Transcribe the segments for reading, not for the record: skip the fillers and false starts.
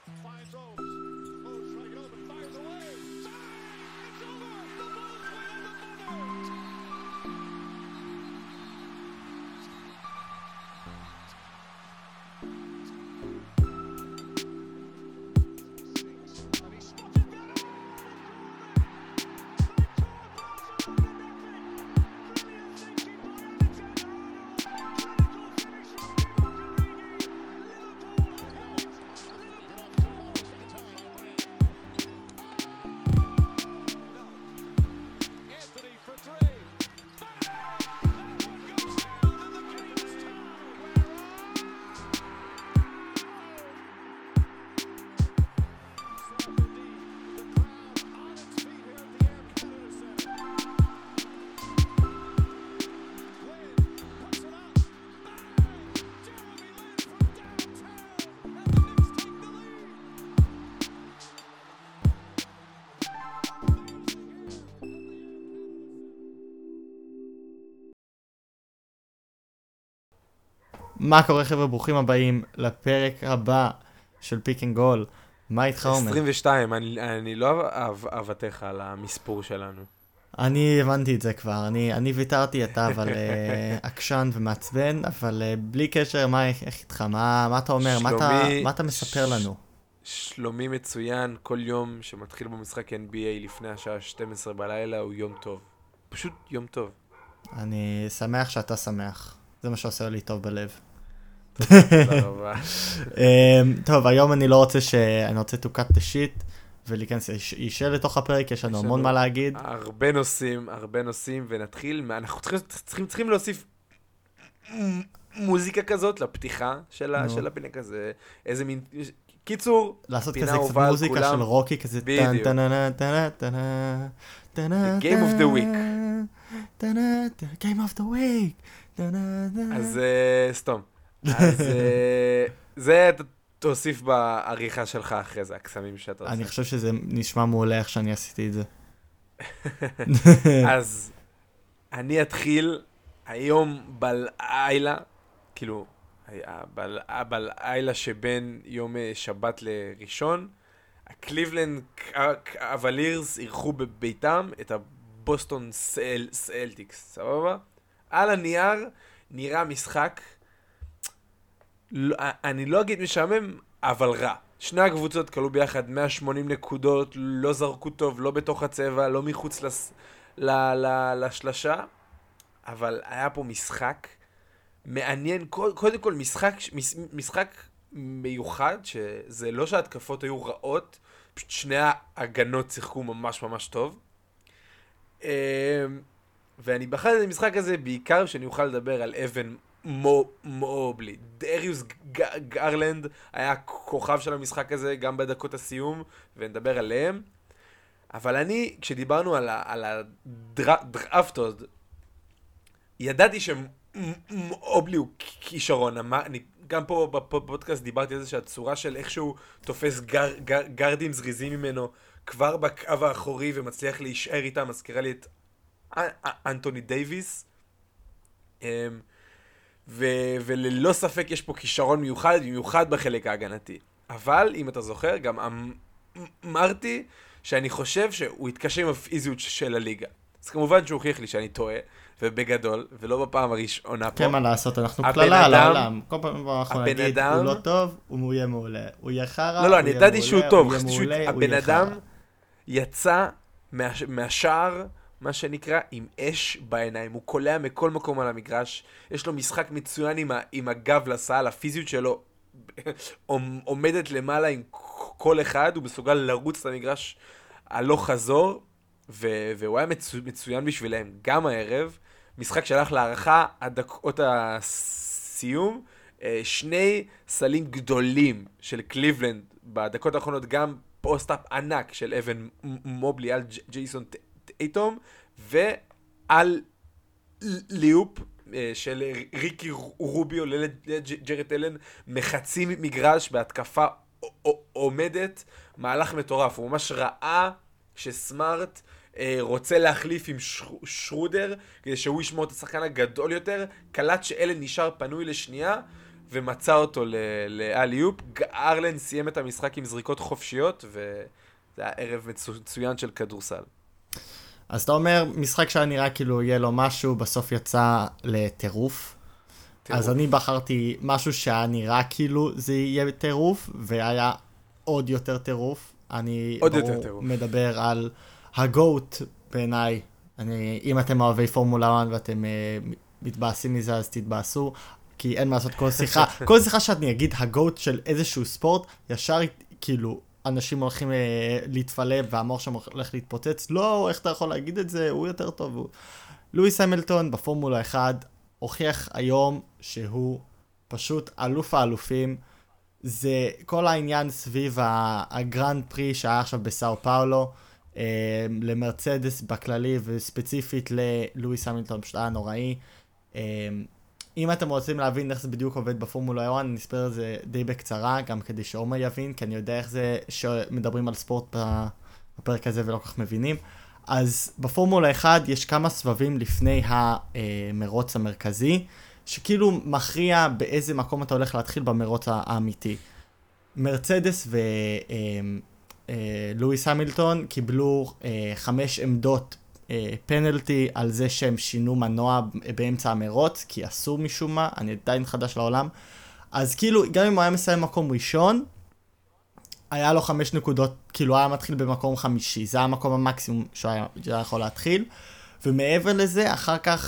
מה קורה חבר'ה, ברוכים הבאים לפרק הבא של פיק אנד גול. מה איתך עומר? 22, אני לא אבטח על המספור שלנו. אני הבנתי את זה כבר, אני ויתרתי אתה אבל עקשן ומעצבן, אבל בלי קשר, איך איתך? מה אתה אומר? מה אתה מספר לנו? שלומי מצוין, כל יום שמתחיל במשחק NBA לפני השעה 12 בלילה הוא יום טוב. פשוט יום טוב. אני שמח שאתה שמח, זה מה שעושה לי טוב בלב. תודה רבה. טוב, היום אני רוצה to cut the shit ולהיכנס אישה לתוך הפרק, יש לנו המון מה להגיד. הרבה נושאים, ונתחיל, אנחנו צריכים להוסיף מוזיקה כזאת לפתיחה של הפינה כזה, איזה מין, קיצור, לעשות כזה קצת מוזיקה של רוקי, כזה בדיוק. Game of the Week. Game of the Week. אז סתום. אז זה תוסיף בעריכה שלך אחרי זה, הקסמים שאתה עושה. אני חושב שזה נשמע מעולה איך שאני עשיתי את זה. אז אני אתחיל היום בלילה, כאילו, בלילה שבין יום שבת לראשון, הקליבלנד קוולירס אירחו בביתם את הבוסטון סלטיקס, סבבה? על הנייר נראה משחק, אני לא אגיד משעמם, אבל רע. שני הקבוצות קלו ביחד 180 נקודות, לא זרקו טוב, לא בתוך הצבע, לא מחוץ לשלשה, אבל היה פה משחק מעניין, קודם כל משחק מיוחד, שזה לא שההתקפות היו רעות, פשוט שני ההגנות שיחקו ממש ממש טוב. ואני בחרתי את המשחק הזה בעיקר שאני אוכל לדבר על אבן מובלי. דריוס גרלנד היה כוכב של המשחק הזה גם בדקות הסיום, ונדבר עליהם. אבל אני, כשדיברנו על הדראפטוד, ידעתי שמובלי הוא כישרון. גם פה בפודקאסט דיברתי על זה שהצורה של איכשהו תופס גרדים זריזים ממנו כבר בקו האחורי ומצליח להישאר איתה, מזכירה לי את אנטוני דייביס. וללא ספק יש פה כישרון מיוחד, במיוחד בחלק ההגנתי. אבל אם אתה זוכר, גם אמרתי שאני חושב שהוא יתקשה עם הפיזיות של הליגה. אז כמובן שהוא הוכיח לי שאני טועה, ובגדול, ולא בפעם הראשונה פה. כן, מה לעשות, אנחנו כללה על העולם. כל פעם אנחנו נגיד, הוא לא טוב, הוא יהיה מעולה. הוא יהיה חרא, לא, אני ידעתי שהוא טוב. הבן אדם יצא מהשער, מה שנקרא, עם אש בעיניים. הוא קולע מכל מקום על המגרש. יש לו משחק מצוין עם הגב לסל. הפיזיות שלו עומדת למעלה עם כל אחד. הוא מסוגל לרוץ למגרש הלוך חזור. והוא היה מצוין בשבילם. גם הערב, משחק שהלך להערכה עד דקות הסיום. שני סלים גדולים של קליבלנד בדקות האחרונות. גם פוסט-אפ ענק של אבן מובלי על ג'ייסון טייטום, ועל ליופ של ריקי רוביו לג'רד אלן, מחצי מגרש בהתקפה עומדת, מהלך מטורף. הוא ממש ראה שסמארט רוצה להחליף עם שרודר, כדי שהוא ישמור את השחקן הגדול יותר, קלט שאלן נשאר פנוי לשנייה, ומצא אותו לאליופ. ארלן סיים את המשחק עם זריקות חופשיות, וזה היה ערב מצוין של כדורסל. אז אתה אומר, משחק שהיה נראה כאילו יהיה לו משהו, בסוף יצא לטירוף. אז אני בחרתי משהו שהיה נראה כאילו זה יהיה טירוף, והיה עוד יותר טירוף. אני מדבר על הגוט בעיניי. אם אתם אוהבי פורמולה 1 ואתם מתבאסים מזה, אז תתבאסו, כי אין מה לעשות כל שיחה שאני אגיד הגוט של איזשהו ספורט, ישר כאילו אנשים הולכים להתפלב והמוח שם הולך להתפוצץ. לא, איך אתה יכול להגיד את זה? הוא יותר טוב. לואיס המילטון בפורמולה 1 הוכיח היום שהוא פשוט אלוף האלופים. זה כל העניין סביב הגרנד פרי שהיה עכשיו בסאו פאולו, למרצדס בכללי וספציפית ללואיס המילטון, פשוט היה נוראי. אם אתם רוצים להבין איך זה בדיוק עובד בפורמולה 1, אני אספר את זה די בקצרה, גם כדי שעומר יבין, כי אני יודע איך זה שמדברים על ספורט בפרק הזה ולא כך מבינים. אז בפורמולה 1 יש כמה סבבים לפני המרוץ המרכזי, שכאילו מכריע באיזה מקום אתה הולך להתחיל במרוץ האמיתי. מרצדס ולואיס המילטון קיבלו 5 עמדות פנלטי על זה שהם שינו מנוע באמצע המרוץ, כי אסור משום מה, אני עדיין חדש לעולם. אז כאילו, גם אם הוא היה מסיים מקום ראשון, היה לו 5 נקודות, כאילו היה מתחיל במקום 5, זה היה המקום המקסימום שהוא היה יכול להתחיל. ומעבר לזה, אחר כך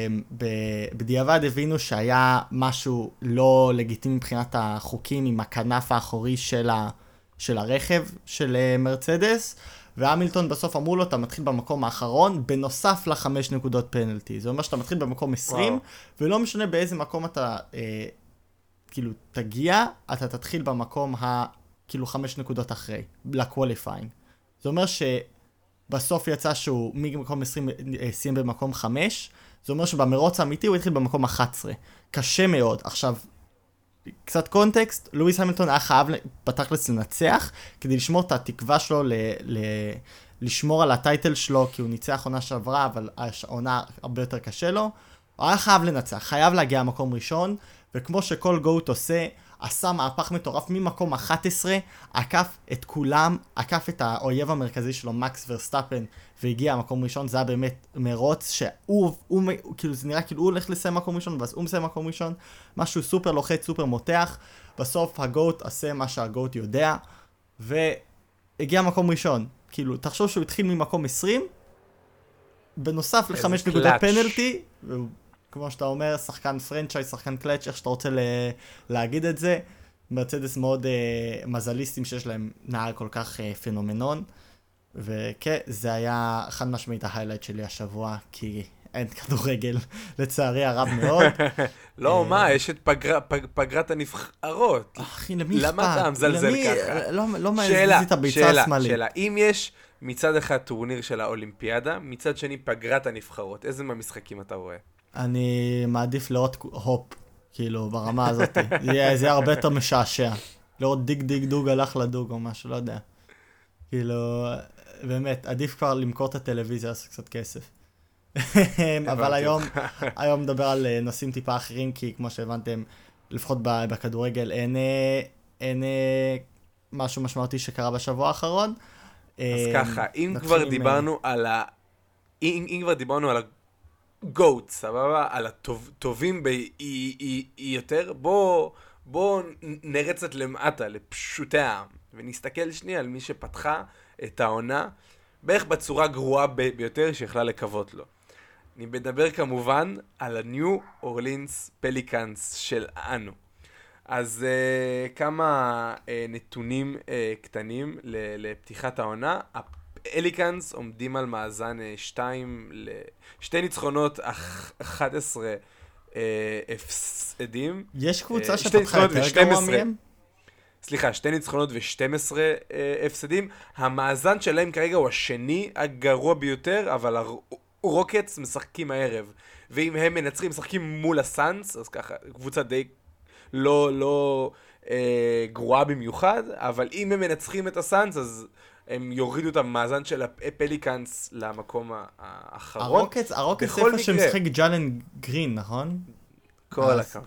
בדיעבד הבינו שהיה משהו לא לגיטימי מבחינת החוקים עם הכנף האחורי של הרכב של מרצדס, והמילטון בסוף אמרו לו, אתה מתחיל במקום האחרון, בנוסף ל5 נקודות פנלטי. זה אומר שאתה מתחיל במקום 20, ולא משנה באיזה מקום אתה כאילו תגיע, אתה תתחיל במקום כאילו 5 נקודות אחרי, לקווליפיינג. זה אומר שבסוף יצא שהוא ממקום 20 סיים במקום 5, זה אומר שבמרוץ האמיתי הוא התחיל במקום 11. קשה מאוד. עכשיו, קצת קונטקסט, לואיס המילטון היה חייב בתכלס לנצח, כדי לשמור את התקווה שלו, לשמור על הטייטל שלו, כי הוא ניצח עונה שעברה, אבל העונה הרבה יותר קשה לו. הוא היה חייב לנצח, חייב להגיע למקום ראשון, וכמו שכל גוט עושה, עשה מהפך מטורף ממקום 11, עקף את כולם, עקף את האויב המרכזי שלו, מקס ורסטאפן, והגיע למקום ראשון. זה היה באמת מרוץ שהוא, כאילו זה נראה כאילו הוא הולך לסיים מקום ראשון, ואז הוא מסיים מקום ראשון, משהו סופר לוחץ, סופר מותח. בסוף הגוט עשה מה שהגוט יודע, והגיע מקום ראשון. כאילו, תחשוב שהוא התחיל ממקום 20, בנוסף ל5 נקודות פנלטי, כמו שאתה אומר, שחקן פרנצ'ייז, שחקן קלאץ', איך שאתה רוצה להגיד את זה. מרצדס מאוד מזליסטים שיש להם נהג כל כך פנומנון. וכן, זה היה חד משמעית ההיילייט שלי השבוע, כי אין כדורגל, לצערי הרב מאוד. לא, מה, יש את פגרת הנבחרות. אחי, למי אכפת? למה אתה מזלזל ככה? לא מעזיז את הביצה השמאלית. שאלה, אם יש מצד אחד טורניר של האולימפיאדה, מצד שני פגרת הנבחרות, איזה מהמשחקים אתה רואה? אני מעדיף לראות הופ, כאילו, ברמה הזאת. זה יהיה הרבה יותר משעשע. לראות דיג דיג דוג הלך לדוג או משהו, לא יודע. כאילו, באמת, עדיף כבר למכור את הטלוויזיה, לעשות קצת כסף. אבל היום מדבר על נושאים טיפה אחרים, כי כמו שהבנתם, לפחות בכדורגל אין משהו משמעותי שקרה בשבוע האחרון. אז ככה, אם כבר דיברנו על גוט, סבבה? על הטובים יותר, בוא נרצת למטה, לפשוטי העם, ונסתכל שנייה על מי שפתחה את העונה, בערך בצורה גרועה ביותר שיכלה לקוות לו. אני מדבר כמובן על הניו אורלינס פליקאנס של אנו. אז כמה נתונים קטנים לפתיחת העונה. הפליקאנס עומדים על מאזן 2 ניצחונות, 11 הפסדים. יש קבוצה שפתחה יותר גרוע מהם? סליחה, 2 ניצחונות ו12 הפסדים. המאזן שלהם כרגע הוא השני הגרוע ביותר, אבל הרוקטס משחקים הערב. ואם הם מנצחים, משחקים מול הסאנס, אז ככה, קבוצה די לא גרועה במיוחד, אבל אם הם מנצחים את הסאנס, אז הם יורידו את המאזן של הפליקאנס למקום האחרון. הרוקטס איפה שמשחק ג'אלן גרין, נכון? כל הכבוד.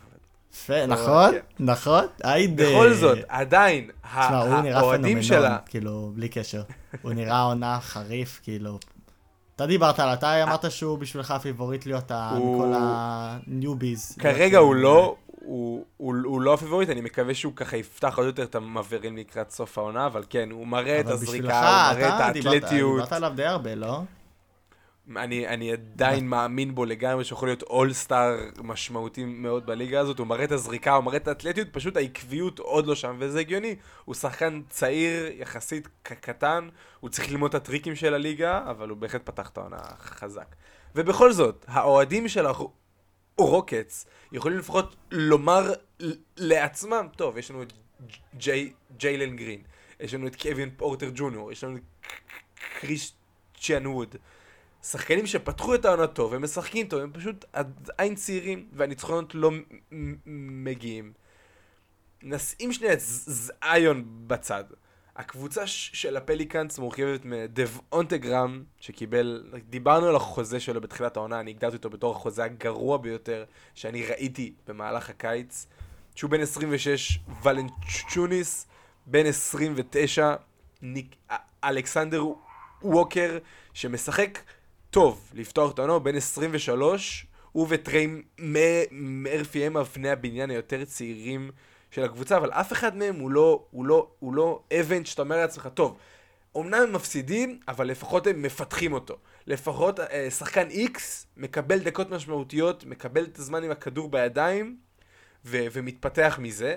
נכון, נכון. בכל זאת, עדיין, הוא נראה האוהדים שלה... פנומנון, כאילו, בלי קשר. הוא נראה עונה חריף, כאילו. אתה דיברת עליו, אתה אמרת שהוא בשבילך הפיבוריט להיות מכל הניוביז. כרגע הוא לא הפיבוריט, אני מקווה שהוא ככה יפתח עוד יותר את המעברים לקראת סוף העונה, אבל כן, הוא מראה את הזריקה, הוא מראה את האתלטיות. דיברת עליו די הרבה, לא? אני עדיין מאמין בו לגמרי שיכול להיות אול-סטאר משמעותי מאוד בליגה הזאת, הוא מראה את הזריקה, הוא מראה את האתלטיות, פשוט העקביות עוד לא שם, וזה הגיוני, הוא שחקן צעיר, יחסית קטן, הוא צריך ללמוד את הטריקים של הליגה, אבל הוא בהחלט פתח את העונה חזק. ובכל זאת, האוהדים של הרוקטס יכולים לפחות לומר לעצמם, טוב, יש לנו את ג'יילן גרין, יש לנו את קווין פורטר ג'וניור, יש לנו את קריסטיאן ווד, שחקנים שפתחו את העונה טוב, הם משחקים טוב, הם פשוט עדיין צעירים, והניצחונות לא מגיעים. נשים שנייה את זיון בצד. הקבוצה של הפליקאנס מורכבת מדבונטגרם, שקיבל, דיברנו על החוזה שלו בתחילת העונה, אני הגדרתי אותו בתור החוזה הגרוע ביותר שאני ראיתי במהלך הקיץ, שהוא בן 26, ולנצ'וניס, בן 29, אלכסנדר ווקר, שמשחק טוב לפתוח את העונה, הוא בן 23, הוא וטריי מרפי הם אבני הבניין היותר צעירים של הקבוצה, אבל אף אחד מהם הוא לא אבן שאתה אומר לעצמך, טוב, אומנם הם מפסידים, אבל לפחות הם מפתחים אותו. לפחות שחקן X מקבל דקות משמעותיות, מקבל את הזמן עם הכדור בידיים, ומתפתח מזה.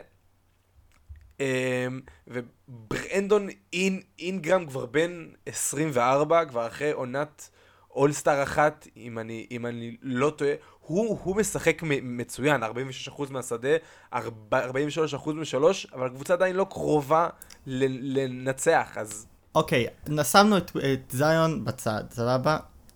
וברנדון אינגרם כבר בן 24, כבר אחרי עונת אול-סטאר אחת, אם אני לא טועה, הוא משחק מצוין, 46% מהשדה, 43% משלוש, אבל הקבוצה עדיין לא קרובה לנצח, אז... אוקיי, נסמנו את זיון בצד, סבבה?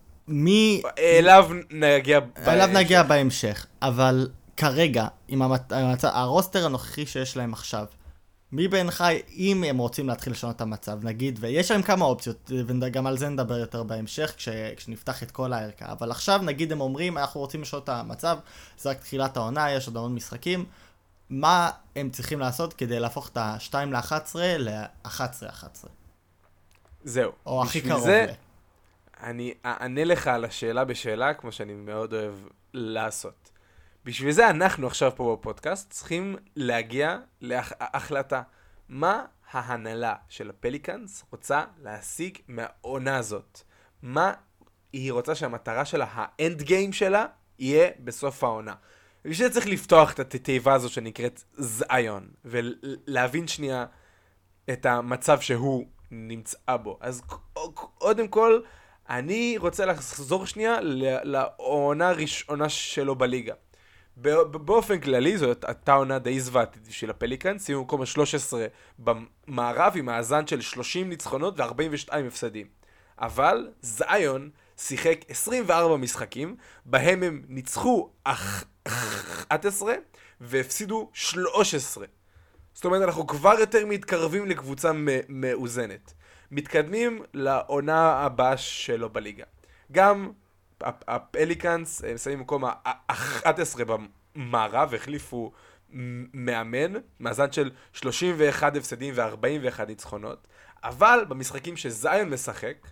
אליו נגיע בהמשך, אבל כרגע, עם הרוסטר הנוכחי שיש להם עכשיו, מי בעינך, אם הם רוצים להתחיל לשנות את המצב, נגיד, ויש להם כמה אופציות, וגם על זה נדבר יותר בהמשך, כשנפתח את כל הערכה, אבל עכשיו נגיד הם אומרים, אנחנו רוצים לשנות את המצב, זה רק תחילת העונה, יש עוד המון משחקים, מה הם צריכים לעשות כדי להפוך את ה-2 ל-11 ל-11-11? זהו. או הכי קרוב ל... אני אענה לך על השאלה בשאלה, כמו שאני מאוד אוהב לעשות. בשביל זה אנחנו עכשיו פה בפודקאסט צריכים להגיע להחלטה. מה ההנהלה של הפליקאנס רוצה להשיג מהעונה הזאת? מה היא רוצה שהמטרה שלה, האנד גיים שלה, יהיה בסוף העונה? ובשביל זה צריך לפתוח את התיבה הזו שנקראת זיון, ולהבין שנייה את המצב שהוא נמצא בו. אז קודם כל, אני רוצה לחזור שנייה לעונה הראשונה שלו בליגה. באופן כללי, זאת הייתה עונה די זוועתית של הפליקאנס, סיימו מקום ה-13 במערב עם מאזן של 30 ניצחונות ו-42 הפסדים. אבל זיון שיחק 24 משחקים, בהם הם ניצחו 11 והפסידו 13. זאת אומרת, אנחנו כבר יותר מתקרבים לקבוצה מאוזנת. מתקדמים לעונה הבאה שלו בליגה. גם הפליקאנס, הם שמים מקום ה-11 במערב, החליפו מאמן, מאזן של 31 הפסדים ו-41 ניצחונות, אבל במשחקים שזיון משחק,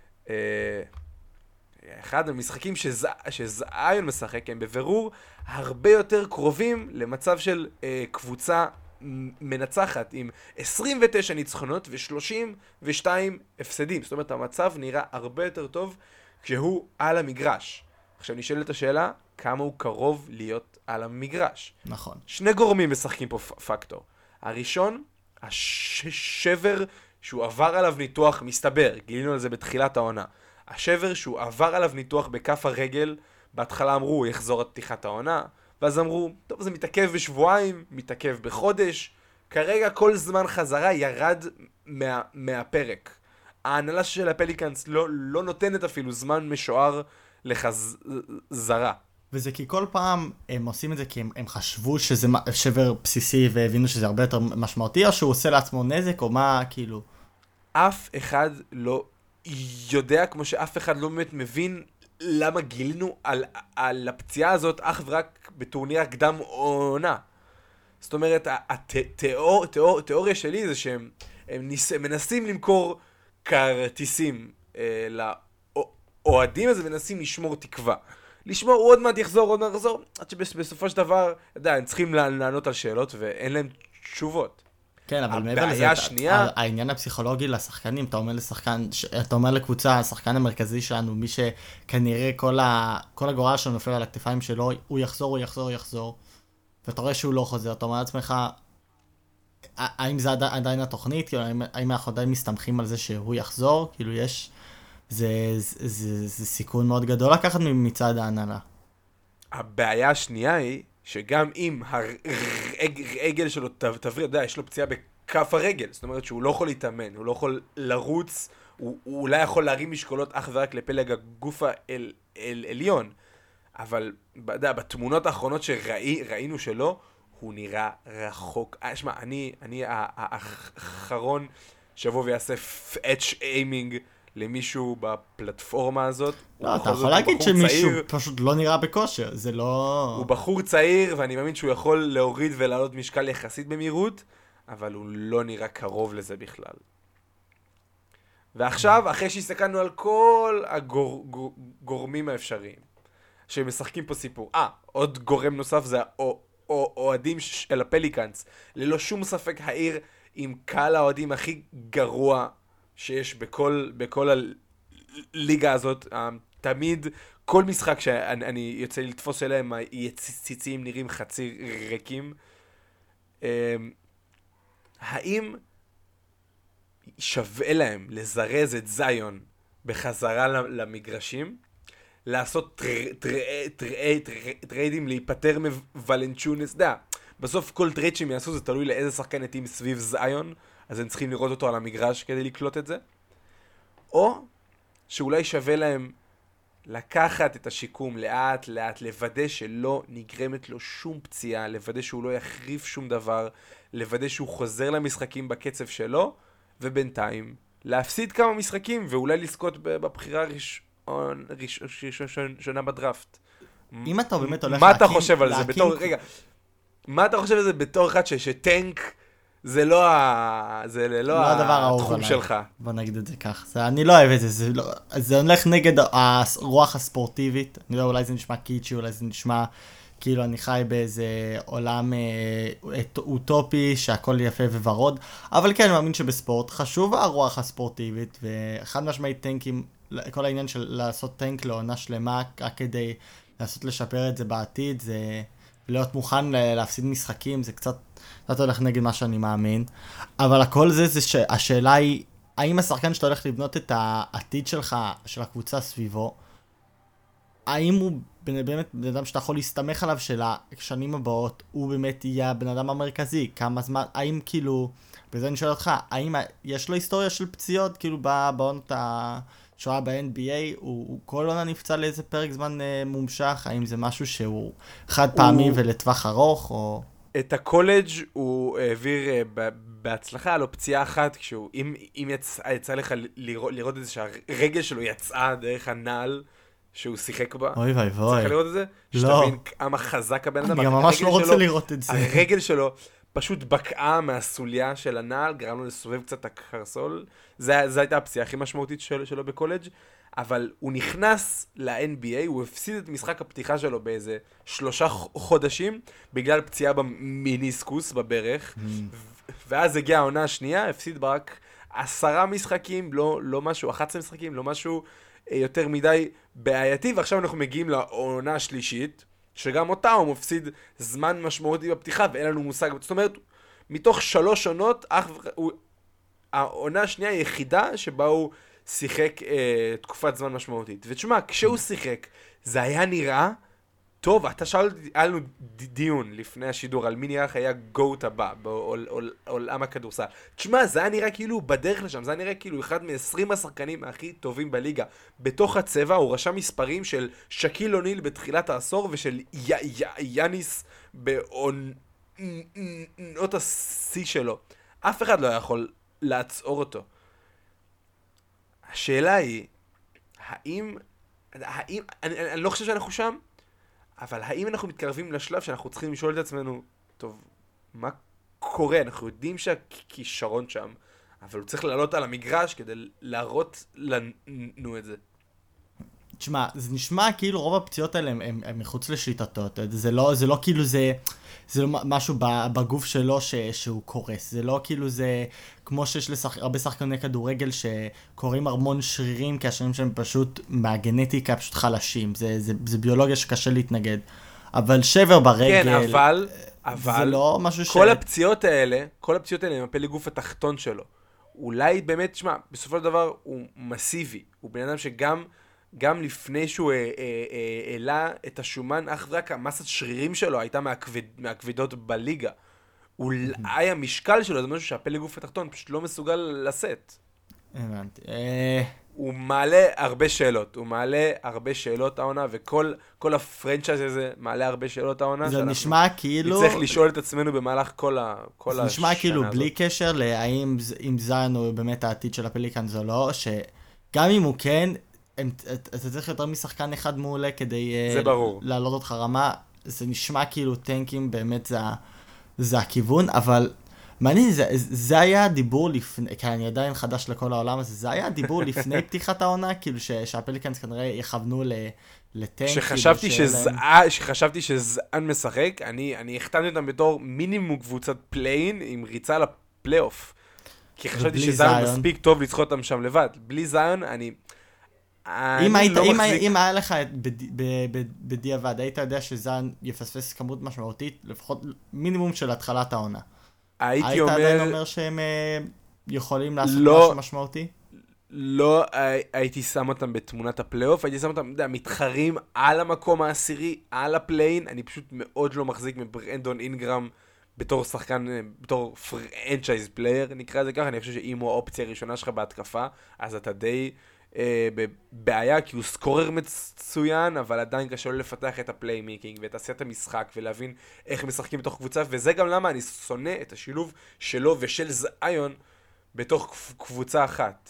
אחד המשחקים שזיון משחק, הם בבירור הרבה יותר קרובים למצב של קבוצה מנצחת עם 29 ניצחונות ו-32 הפסדים. זאת אומרת, המצב נראה הרבה יותר טוב כשהוא על המגרש. עכשיו נשאלת השאלה, כמה הוא קרוב להיות על המגרש. נכון. שני גורמים משחקים פה פקטור. הראשון, השבר שהוא עבר עליו ניתוח מסתבר, גילינו על זה בתחילת העונה. השבר שהוא עבר עליו ניתוח בכף הרגל, בהתחלה אמרו, הוא יחזור עד פתיחת העונה, ואז אמרו, טוב, זה מתעכב בשבועיים, מתעכב בחודש, כרגע כל זמן חזרה ירד מהפרק. ההנהלה של הפליקאנס לא נותנת אפילו זמן משוער לחזרה. וזה כי כל פעם הם עושים את זה כי הם חשבו שזה שבר בסיסי והבינו שזה הרבה יותר משמעותי, או שהוא עושה לעצמו נזק, או מה, כאילו... אף אחד לא יודע, כמו שאף אחד לא באמת מבין למה גילינו על הפציעה הזאת אך ורק בטורניר הקדם עונה. זאת אומרת, התיאוריה שלי זה שהם מנסים למכור כרטיסים לאוהדים, אז הם מנסים לשמור תקווה. לשמור, הוא עוד מעט יחזור, עד שבסופו של דבר, הם צריכים לענות על שאלות ואין להם תשובות. כן, אבל מעבר לזה, העניין הפסיכולוגי לשחקנים, אתה אומר לקבוצה, השחקן המרכזי שלנו, מי שכנראה כל הגורל שלנו נופל על הכתפיים שלו, הוא יחזור, ואתה רואה שהוא לא חוזר, אתה אומר לעצמך, האם זה עדיין התוכנית, כאילו, האם אנחנו עדיין מסתמכים על זה שהוא יחזור, כאילו זה סיכון מאוד גדול לקחת מצד ההנהלה. הבעיה השנייה היא, שגם אם הרגל שלו תבריא, יש לו פציעה בכף הרגל, זאת אומרת שהוא לא יכול להתאמן, הוא לא יכול לרוץ, הוא אולי יכול להרים משקולות אך ורק לפלג הגוף העליון, אבל בתמונות האחרונות שראינו שלו, הוא נראה רחוק. שמע, אני האחרון שבוא ויעשה פאץ' איימינג למישהו בפלטפורמה הזאת. לא, אתה יכול להגיד שמישהו פשוט לא נראה בכושר, זה לא... הוא בחור צעיר, ואני מאמין שהוא יכול להוריד ולעלות משקל יחסית במהירות, אבל הוא לא נראה קרוב לזה בכלל. ועכשיו, אחרי שהסתכלנו על כל הגורמים האפשריים, שמשחקים פה סיפור. עוד גורם נוסף זה האוהדים של הפליקאנס. ללא שום ספק העיר עם קהל האוהדים הכי גרוע שיש בכל הליגה הזאת. תמיד, כל משחק שאני יוצא לתפוס אליהם, היציצים נראים חצי ריקים. האם שווה להם לזרז את זיון בחזרה למגרשים? לעשות טריידים, להיפטר מוולנצ'ונס, בסוף כל טרייד שהם יעשו זה תלוי לאיזה שחקן נתאים סביב זיון, אז הם צריכים לראות אותו על המגרש כדי לקלוט את זה. או שאולי שווה להם לקחת את השיקום לאט לאט, לוודא שלא נגרמת לו שום פציעה, לוודא שהוא לא יחריף שום דבר, לוודא שהוא חוזר למשחקים בקצב שלו, ובינתיים להפסיד כמה משחקים ואולי לזכות בבחירה ראשונה בדראפט. אם אתה באמת הולך מה אתה חושב על זה בתור, רגע, מה אתה חושב על זה בתור אחד שטנק זה לא התחום שלך? בוא נגיד את זה כך, אני לא אוהב את זה, זה הולך נגד הרוח הספורטיבית, אני לא יודע, אולי זה נשמע קיצ'י, אולי זה נשמע כאילו אני חי באיזה עולם אוטופי שהכל יפה וורוד, אבל כן, אני מאמין שבספורט חשוב הרוח הספורטיבית, ואחד משמעית טנקים, כל העניין של לעשות טנק לעונה שלמה, רק כדי לעשות לשפר את זה בעתיד, זה להיות מוכן להפסיד משחקים, זה קצת הולך נגד מה שאני מאמין. אבל הכל זה שהשאלה היא, האם השחקן שאתה הולך לבנות את העתיד שלך, של הקבוצה סביבו, האם הוא באמת בן אדם שאתה יכול להסתמך עליו של השנים הבאות, הוא באמת יהיה הבן אדם המרכזי, כמה זמן, האם כאילו, בזה אני שואל אותך, האם יש לו היסטוריה של פציעות, כאילו בעונות שואה ב-NBA, הוא כל עונה נפצע לאיזה פרק זמן מומשך, האם זה משהו שהוא חד פעמי ולטווח ארוך, או... את הקולג' הוא העביר בהצלחה, היה לו פציעה אחת, אם יצא לך לראות את זה שהרגל שלו יצאה דרך הנעל שהוא שיחק בה. אוי ואי ואי. צריך לראות את זה? לא. שתבין כמה חזק הבן אדם. אני גם ממש לא רוצה לראות את זה. הרגל שלו פשוט בקעה מהסוליה של הנעל, גרם לו לסובב קצת את הקרסול. זו הייתה הפציעה הכי משמעותית שלו בקולג', אבל הוא נכנס ל-NBA, הוא הפסיד את משחק הפתיחה שלו באיזה 3 חודשים, בגלל פציעה במיניסקוס בברך, ואז הגיעה העונה השנייה, הפסיד רק 10 משחקים, לא משהו, 11 משחקים, לא משהו יותר מדי בעייתי, ועכשיו אנחנו מגיעים לעונה השלישית, שגם אותה הוא מפסיד זמן משמעותי בפתיחה, ואין לנו מושג, זאת אומרת, מתוך 3 עונות, העונה השנייה היא היחידה שבה הוא שיחק תקופת זמן משמעותית. ותשמע, כשהוא שיחק, זה היה נראה טוב. אתה שאל, היה לנו דיון לפני השידור על מי נראה היה גוט הבא בעולם הכדורסל. תשמע, זה היה נראה כאילו בדרך לשם, זה היה נראה כאילו אחד מ-20 השחקנים הכי טובים בליגה. בתוך הצבע הוא רשם מספרים של שקיל אוניל בתחילת העשור, ושל יאניס בעונות השיא שלו. אף אחד לא יכול לעצור אותו. השאלה היא, האם אני לא חושב שאנחנו שם, אבל האם אנחנו מתקרבים לשלב שאנחנו צריכים לשאול את עצמנו, טוב, מה קורה? אנחנו יודעים שהכישרון שם, אבל הוא צריך לעלות על המגרש כדי להראות לנו את זה. תשמע, זה נשמע כאילו רוב הפציעות האלה הם מחוץ לשליטתו, זה לא כאילו זה לא משהו בגוף שלו שהוא קורס, זה לא כאילו זה כמו שיש הרבה שחקני כדורגל שקוראים המון שרירים, כי השרירים שהם פשוט מהגנטיקה פשוט חלשים, זה ביולוגיה שקשה להתנגד, אבל שבר ברגל, כן, אבל זה לא משהו כל הפציעות האלה הם הפלג גוף התחתון שלו. אולי באמת, תשמע, בסופו של דבר הוא מסיבי, הוא בן אדם גם לפני שהוא העלה את השומן, אך ורק המסת שרירים שלו הייתה מהכבדות בליגה. אולי המשקל שלו זה משהו שהפלג גוף התחתון פשוט לא מסוגל לשאת. הבנתי. הוא מעלה הרבה שאלות העונה, וכל הפרנצ'ייז הזה מעלה הרבה שאלות העונה. זה נשמע כאילו... נצטרך לשאול את עצמנו במהלך כל השנה הזאת. זה נשמע כאילו בלי קשר להאם זיון הוא באמת העתיד של הפליקאנס או לא, שגם אם הוא כן... אתה צריך יותר משחקן אחד מעולה כדי לעלות אותך רמה, זה נשמע כאילו טנקים באמת זה הכיוון, אבל מעניין, זה היה הדיבור לפני, כי אני עדיין חדש לכל העולם הזה, זה היה הדיבור לפני פתיחת העונה, כאילו שהפליקאנס כנראה יכוונו לטנק. שחשבתי שזען משחק, אני החתמתי אותם בתור מינימום קבוצת פליין עם ריצה לפלייאוף, כי חשבתי שזיון מספיק טוב לצחוט אותם שם לבד. בלי זיון אם היה לך בדיעבד, היית יודע שזיון יפספס כמות משמעותית, לפחות מינימום של התחלת העונה. היית עדיין אומר שהם יכולים לעשות משהו משמעותי? לא הייתי שם אותם בתמונת הפלייאוף, הייתי שם אותם מתחרים על המקום העשירי, על הפליין. אני פשוט מאוד לא מחזיק מברנדון אינגרם בתור שחקן, בתור פרנצ'ייז פלייר, נקרא לזה ככה. אני חושב שאם הוא האופציה הראשונה שלך בהתקפה, אז אתה די בבעיה, כי הוא סקורר מצוין, אבל עדיין קשה לו לפתח את הפליימיקינג ואת עשיית המשחק ולהבין איך משחקים בתוך קבוצה, וזה גם למה אני שונא את השילוב שלו ושל זיון בתוך קבוצה אחת.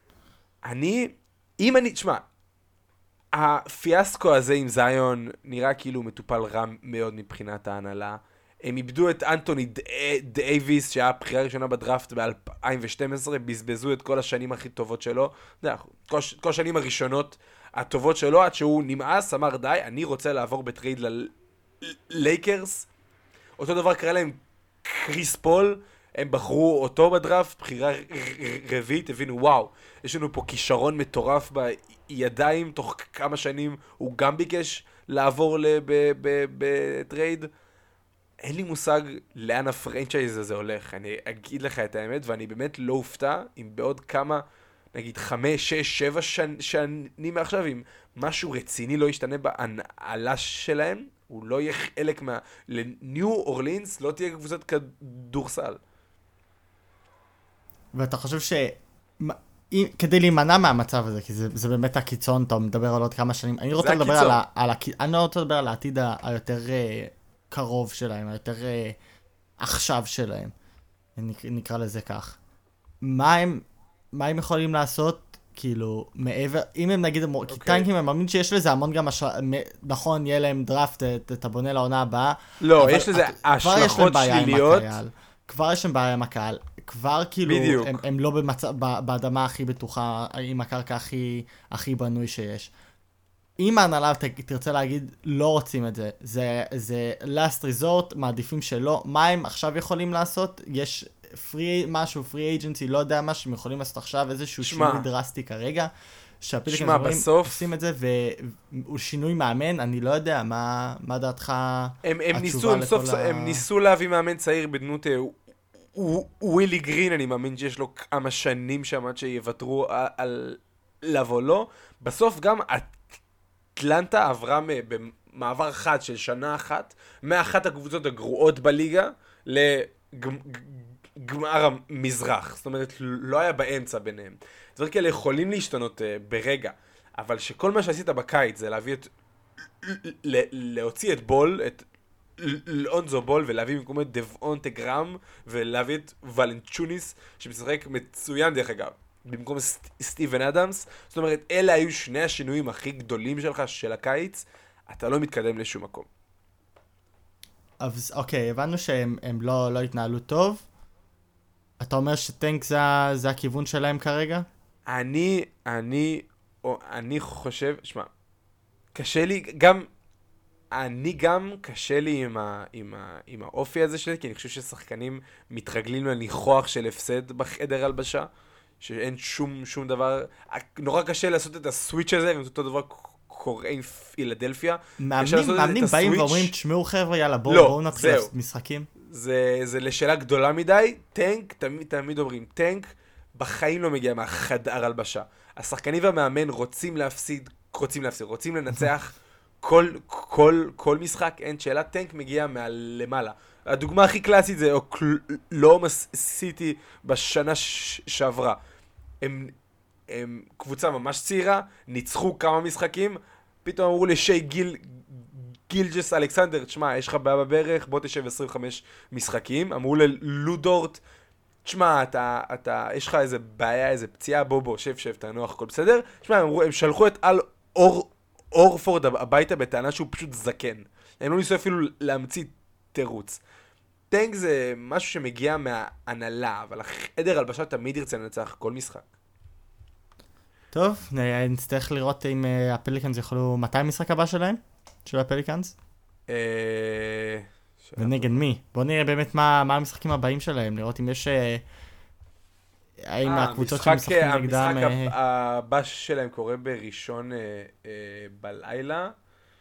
תשמע, הפיאסקו הזה עם זיון נראה כאילו מטופל רע מאוד מבחינת ההנהלה. הם איבדו את אנטוני דייביס, שהיה הבחירה הראשונה בדראפט ב-2012, בזבזו את כל השנים הכי טובות שלו, כל השנים הראשונות הטובות שלו, עד שהוא נמאס, אמר די, אני רוצה לעבור בטרייד ללייקרס. אותו דבר קרה להם קריס פול, הם בחרו אותו בדראפט, בחירה רביעית, הבינו וואו, יש לנו פה כישרון מטורף בידיים, תוך כמה שנים הוא גם ביקש לעבור בטרייד. אין לי מושג לאן הפרנצ'ייז הזה הולך, אני אגיד לך את האמת, ואני באמת לא אופתע אם בעוד כמה, נגיד 5, 6, 7 שנים מעכשיו, אם משהו רציני לא ישתנה בהנהלה שלהם, הוא לא יהיה חלק לניו אורלינס, לא תהיה קבוצת כדורסל. ואתה חושב כדי להימנע מהמצב הזה, כי זה באמת הקיצון, אתה מדבר על עוד כמה שנים, אני רוצה לדבר על העתיד היותר קרוב שלהם, היותר עכשיו שלהם, נקרא לזה כך. מה הם יכולים לעשות, כאילו, מעבר, אם הם נגיד, כי טנקים הם מאמין שיש לזה המון גם, נכון, יהיה להם דראפט, אתה בונה לעונה הבאה. לא, יש לזה השלכות שליליות. כבר יש להם בעיה עם הקהל, כבר כאילו, הם לא באדמה הכי בטוחה, עם הקרקע הכי בנוי שיש. אם ההנהלה תרצה להגיד, לא רוצים את זה, זה last resort, מעדיפים שלא, מה הם עכשיו יכולים לעשות? יש משהו, free agency, לא יודע מה שהם יכולים לעשות עכשיו, איזשהו שינוי דרסטי כרגע, שהפיליקאנס עושים את זה, והוא שינוי מאמן, אני לא יודע, מה דעתך התשובה לכל הם ניסו להביא מאמן צעיר בדמות ווילי גרין, אני מאמין שיש לו כמה שנים שם עד שיוותרו על לבוא לו, בסוף גם אטלנטה עברה במעבר חד של שנה אחת, מאחת הקבוצות הגרועות בליגה לגמר המזרח. זאת אומרת, לא היה באמצע ביניהם. דברים כאלה יכולים להשתנות ברגע, אבל שכל מה שעשית בקיץ זה להוציא את בול, את לאונזו בול, ולהביא במקום את דבאונטה גרם, ולהביא את ולנצ'וניס, שמשחק מצוין דרך אגב. במקום סטיבן אדמס. זאת אומרת, אלה היו שני השינויים הכי גדולים שלך של הקיץ, אתה לא מתקדם לשום מקום. אז אוקיי, הבנו שהם לא התנהלו טוב. אתה אומר שטנק זה הכיוון שלהם כרגע? אני חושב, שמע, קשה לי, קשה לי עם האופי הזה שלי, כי אני חושב ששחקנים מתרגלים לניחוח של הפסד בחדר הלבשה, שאין שום דבר, נורא קשה לעשות את הסוויץ' הזה, אותו דבר קורה עם פילדלפיה. מאמנים באים ואומרים, תשמעו חבר'ה, יאללה, בואו נתחיל משחקים. זה לשאלה גדולה מדי. טנק, תמיד אומרים, טנק בחיים לא מגיע מהחדר הלבשה. השחקנים והמאמן רוצים רוצים לנצח כל משחק, אין שאלה. טנק מגיע למעלה. הדוגמה הכי קלאסית זה אוקלהומה סיטי בשנה שעברה. הם קבוצה ממש צעירה, ניצחו כמה משחקים, פתאום אמרו לשי גילג'ס אלכסנדר, תשמע, יש לך בעיה בברך, בוא תשב 25 משחקים. אמרו ללודורט, תשמע, יש לך איזה בעיה, איזה פציעה, בוא, שב, תנוח, הכל בסדר. תשמע, הם שלחו את אל אורפורד הביתה בטענה שהוא פשוט זקן. הם לא ניסו אפילו להמציא תירוץ. טנק זה משהו שמגיע מההנהלה, אבל החדר הלבשה תמיד ירצה לנצח כל משחק. טוב, נצטרך לראות אם הפליקאנס יכולו, מתי המשחק הבא שלהם? של הפליקאנס? ונגד מי? בוא נראה באמת מה המשחקים הבאים שלהם, לראות אם יש... האם הקבוצות שמשחקים נגדם... המשחק הבא שלהם קורה בראשון בלילה.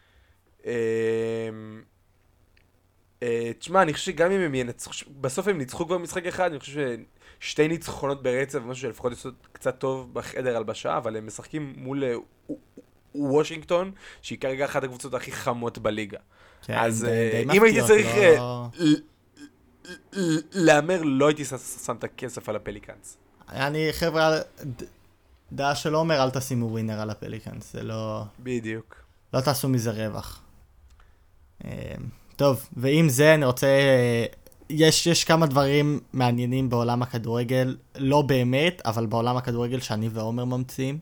תשמע, אני חושב שגם אם הם ינצחו, בסוף הם ניצחו כבר משחק אחד, אני חושב ששתי ניצחונות ברצף, משהו שלפחות יעשו קצת טוב בחדר הלבשה, אבל הם משחקים מול וושינגטון, שהיא כרגע אחת הקבוצות הכי חמות בליגה. אז אם הייתי צריך לאמר, לא הייתי שם את הכסף על הפליקאנס. חבר'ה, דעה שלא אומר, אל תשימו ווינר על הפליקאנס, זה לא... בדיוק. לא תעשו מזה רווח. טוב, ועם זה אני רוצה... יש כמה דברים מעניינים בעולם הכדורגל, לא באמת, אבל בעולם הכדורגל שאני ועומר ממציאים.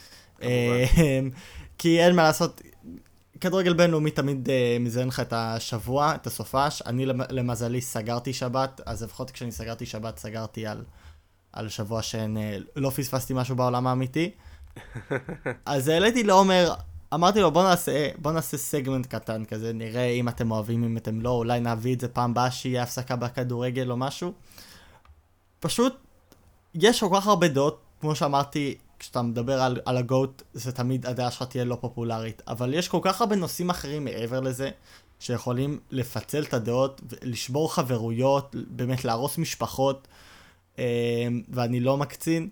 כי אין מה לעשות, כדורגל בינלאומי תמיד מזיין לך את השבוע, את הסופש. אני למזלי סגרתי שבת, אז לפחות כשאני סגרתי שבת, סגרתי על שבוע לא פספסתי משהו בעולם האמיתי. אז העליתי לעומר, אמרתי לו בוא נעשה סגמנט קטן כזה, נראה אם אתם אוהבים, אם אתם לא, אולי נביא את זה פעם באה שיהיה הפסקה בכדורגל או משהו. פשוט, יש כל כך הרבה דעות, כמו שאמרתי, כשאתה מדבר על הגוט, זה תמיד הדעה שלך תהיה לא פופולרית, אבל יש כל כך הרבה נושאים אחרים מעבר לזה, שיכולים לפצל את הדעות, לשבור חברויות, באמת להרוס משפחות, ואני לא מקצין,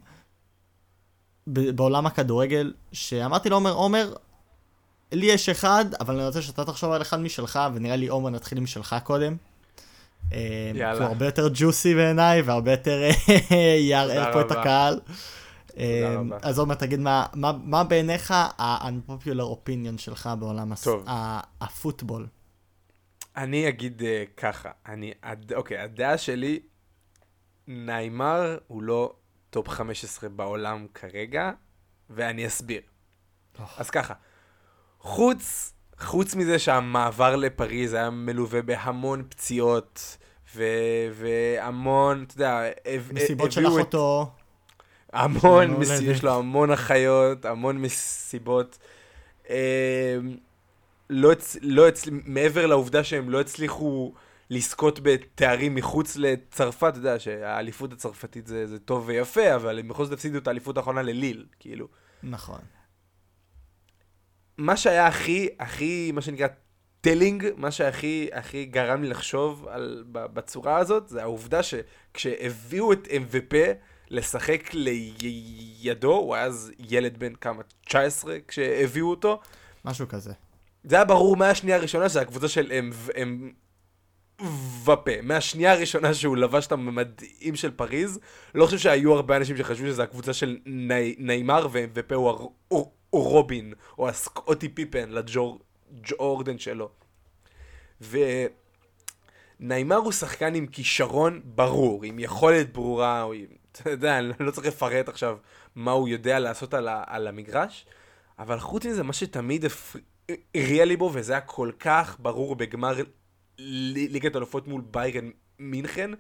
בעולם הכדורגל, שאמרתי לו, עומר, לי יש אחד, אבל אני רוצה שאתה תחשוב על אחד משלך, ונראה לי עומר נתחיל משלך קודם. יאללה. הוא הרבה יותר ג'וסי בעיניי, והרבה יותר יערער פה את הקהל. אז עומר, תגיד, מה בעיניך ה-unpopular opinion שלך בעולם הפוטבול? אני אגיד ככה, אוקיי, הדעה שלי, ניימר הוא לא טופ 15 בעולם כרגע, ואני אסביר. אז ככה, חוץ מזה שהמעבר לפריז היה מלווה בהמון פציעות, והמון, אתה יודע, מסיבות של אחותו. המון, יש לו המון אחיות, המון מסיבות. מעבר לעובדה שהם לא הצליחו לזכות בתארים מחוץ לצרפת, אתה יודע שהאליפות הצרפתית זה טוב ויפה, אבל הם בכל זאת הפסידו את האליפות האחרונה לליל, כאילו. נכון. מה שהיה הכי, מה שנקרא, טלינג, מה שהכי גרם לי לחשוב בצורה הזאת, זה העובדה שכשהביאו את MVP לשחק לידו, הוא היה אז ילד בן כמה, 19 כשהביאו אותו. משהו כזה. זה היה ברור מהשנייה הראשונה, שזה הקבוצה של MVP. מהשנייה הראשונה שהוא לבש את המדעים של פריז, לא חושב שהיו הרבה אנשים שחשבו שזה הקבוצה של ניימר, ו-MVP הוא רובין, או הסקוטי פיפן לג'ורדן שלו. וניימר הוא שחקן עם כישרון ברור, עם יכולת ברורה, או עם, אתה יודע, אני לא צריך לפרט עכשיו מה הוא יודע לעשות על המגרש, אבל חוץ מזה, מה שתמיד הפריע לי בו, וזה היה כל כך ברור בגמר ליגת אלופות מול ביירן מינכן,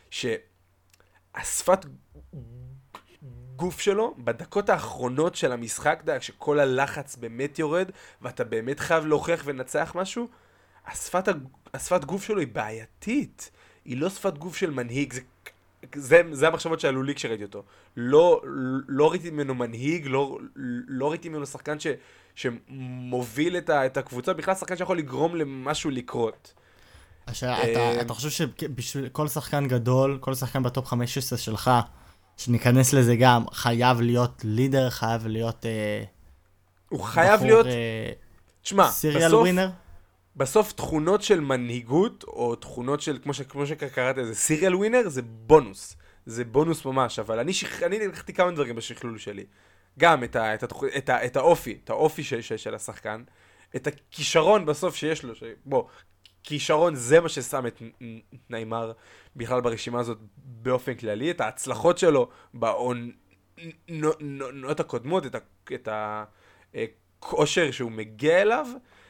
שהשפת גוף שלו, בדקות האחרונות של המשחק, שכל הלחץ באמת יורד, ואתה באמת חייב להוכיח ולנצח משהו, השפת גוף שלו היא בעייתית. היא לא שפת גוף של מנהיג, זה המחשבות שעלו לי כשראיתי אותו. לא ראיתי ממנו מנהיג, לא ראיתי ממנו שחקן שמוביל את הקבוצה, בכלל שחקן שיכול לגרום למשהו לקרות. אתה חושב שבשביל כל שחקן גדול, כל שחקן בטופ 15 שלך, שניכנס לזה גם, חייב להיות לידר, חייב להיות הוא חייב להיות, תשמע, סיריאל ווינר? בסוף תכונות של מנהיגות, או תכונות של, כמו שקראת לזה, סיריאל ווינר, זה בונוס. זה בונוס ממש, אבל אני לקחתי כמה דברים בשכלול שלי. גם את האופי של השחקן, את הכישרון בסוף שיש לו, כישרון זה מה ששם את ניימר בכלל ברשימה הזאת באופן כללי, את ההצלחות שלו בעונות הקודמות, את הכושר שהוא מגיע אליו,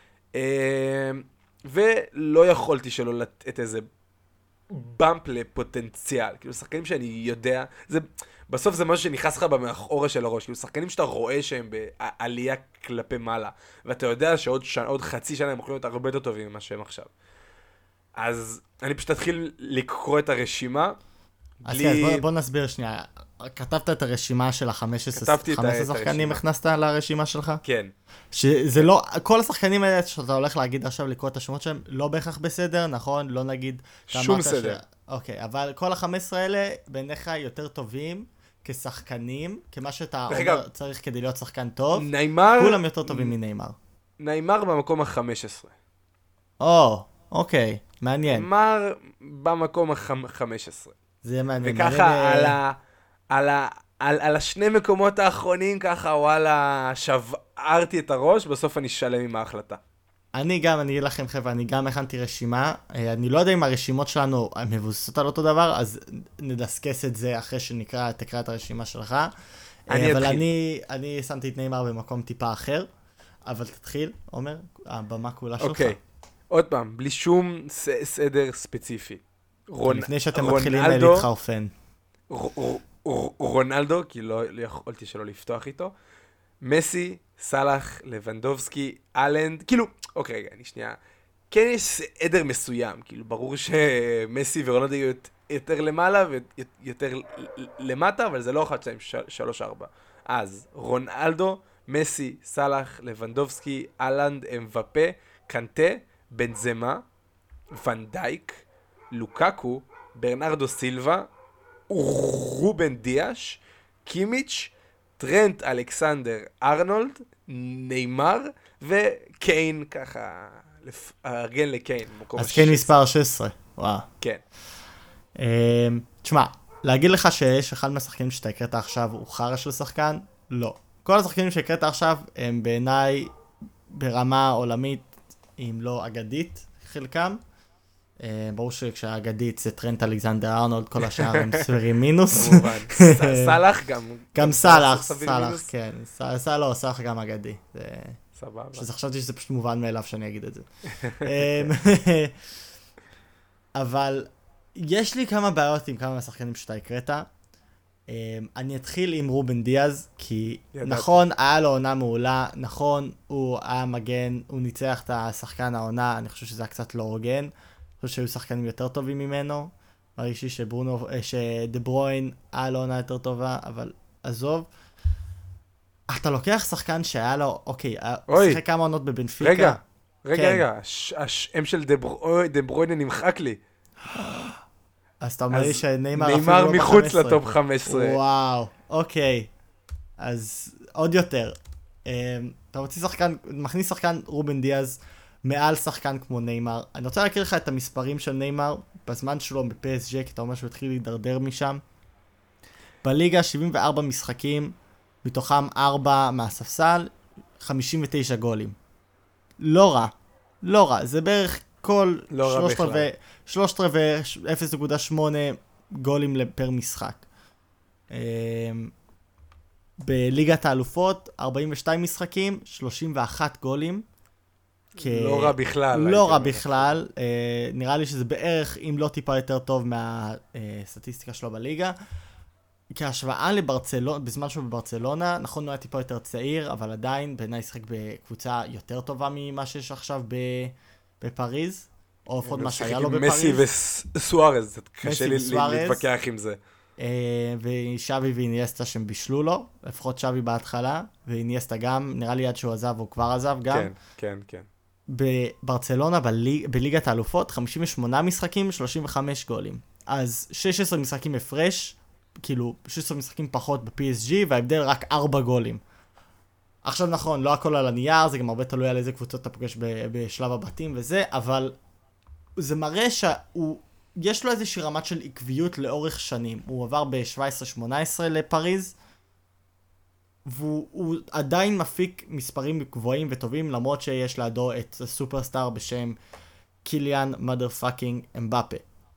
ולא יכולתי שלא לתת איזה במפ לפוטנציאל. כאילו שחקנים שאני יודע, בסוף זה משהו שנכנס לך במאחורה של הראש, כאילו שחקנים שאתה רואה שהם בעלייה כלפי מעלה, ואתה יודע שעוד חצי שנה הם יכולים להיות הרבה יותר טובים ממה שהם עכשיו. אז אני פשוט אתחיל לקרוא את הרשימה. אז בוא נסביר שנייה. כתבת את הרשימה של ה-15 שחקנים, הכנסת לרשימה שלך? כן. שזה לא, כל השחקנים האלה שאתה הולך להגיד עכשיו לקרוא את השמות שלהם, לא בהכרח בסדר, נכון? לא נגיד... שום בסדר. אוקיי, אבל כל ה-15 האלה בעיניך יותר טובים כשחקנים, כמה שאתה צריך כדי להיות שחקן טוב, כולם יותר טובים מניימר. ניימר במקום ה-15. אוקיי, מעניין. ניימר במקום ה-15. זה מעניין. וככה על השני מקומות האחרונים, ככה וואלה, שבערתי את הראש, בסוף אני שלם עם ההחלטה. אני אגיד לכם חבר'ה, אני גם הכנתי רשימה, אני לא יודע אם הרשימות שלנו מבוססות על אותו דבר, אז נדסקס את זה אחרי תקרא את הרשימה שלך. אבל אני שמתי את ניימר במקום טיפה אחר, אבל תתחיל, עומר, הבמה כולה שלך. אוקיי, עוד פעם, בלי שום סדר ספציפי. לפני שאתם מתחילים להתחרפן. רונלדו, כי לא יכולתי שלא לפתוח איתו. מסי, סלאח, לבנדובסקי, אלנד, כאילו, אוקיי, רגע, אני שנייה. כן יש סדר מסוים, כאילו, ברור שמסי ורונלדו יהיו יותר למעלה ויותר למטה, אבל זה לא 1, 2, 3, 4. אז רונלדו, מסי, סלאח, לבנדובסקי, אלנד, אמבפה, קנטה, בנזמה, ונדייק, לוקקו, ברנרדו סילבה, רובן דיאש, קימיץ', טרנט אלכסנדר ארנולד, ניימר וקיין, ככה, ארגן לקיין. אז קיין מספר 16, וואו. כן. תשמע, להגיד לך שיש אחד מהשחקנים שאתה הקראת עכשיו הוא חרא של שחקן? לא. כל השחקנים שהקראת עכשיו הם בעיניי ברמה עולמית, אם לא אגדית, חלקם. ברור שכשהאגדית זה טרנט אלכסנדר ארנולד, כל השאר הם סבירים מינוס. סלאח גם סלאח, כן. סלאח גם אגדי. סבבה. חשבתי שזה פשוט מובן מאליו שאני אגיד את זה. אבל יש לי כמה בעיות עם כמה מהשחקנים שאתה הקראת. אני אתחיל עם רובן דיאז, כי נכון, היה לו עונה מעולה, נכון, הוא היה מגן, הוא ניצח את השחקן העונה, אני חושב שזה היה קצת לא הוגן. אני חושב שהיו שחקנים יותר טובים ממנו, מרגישי שדברוין היה לו עונה יותר טובה, אבל עזוב. אתה לוקח שחקן שהיה לו, אוקיי, שיחק כמה עונות בבנפיקה. רגע, השם של דברוין נמחק לי. אז אתה אומר לי שניימר ניימר מחוץ לטופ 15. וואו, אוקיי. אז עוד יותר. אתה מכניס שחקן רובן דיאז, מעל שחקן כמו ניימר. אני רוצה להכיר לך את המספרים של ניימר בזמן שלו ב-PSG, כי אתה אומר שהוא התחיל להידרדר משם. בליגה 74 משחקים, מתוכם 4 מהספסל, 59 גולים. לא רע. זה בערך כל 3 רבעי 0.8 גולים פר משחק. בליגת האלופות 42 משחקים, 31 גולים. לא רע בכלל. לא רע בכלל, נראה לי שזה בערך, אם לא טיפה יותר טוב מהסטטיסטיקה שלו בליגה. כהשוואה לברצלונה, בזמן שהוא בברצלונה, נכון הוא היה טיפה יותר צעיר, אבל עדיין בעיניי שחק בקבוצה יותר טובה ממה שיש עכשיו בפריז, או לפחות מה שהיה לו בפריז. מסי וסוארז, קשה לי להתווכח עם זה. ושווי ואיניאסטה שהם בישלו לו, לפחות שווי בהתחלה, ואיניאסטה גם, נראה לי עד שהוא עזב, הוא כבר עזב גם. כן, כן. בברצלונה, בליגת האלופות, 58 משחקים, 35 גולים. אז 16 משחקים הפרש, כאילו 16 משחקים פחות ב-PSG, וההבדל רק 4 גולים. עכשיו נכון, לא הכל על הנייר, זה גם הרבה תלוי על איזה קבוצות אתה פוגש בשלב הבתים וזה, אבל זה מראה יש לו איזושהי רמת של עקביות לאורך שנים. הוא עבר ב-17-18 לפריז, והוא עדיין מפיק מספרים גבוהים וטובים, למרות שיש לידו את הסופרסטאר בשם קיליאן מדר פאקינג אמבאפה.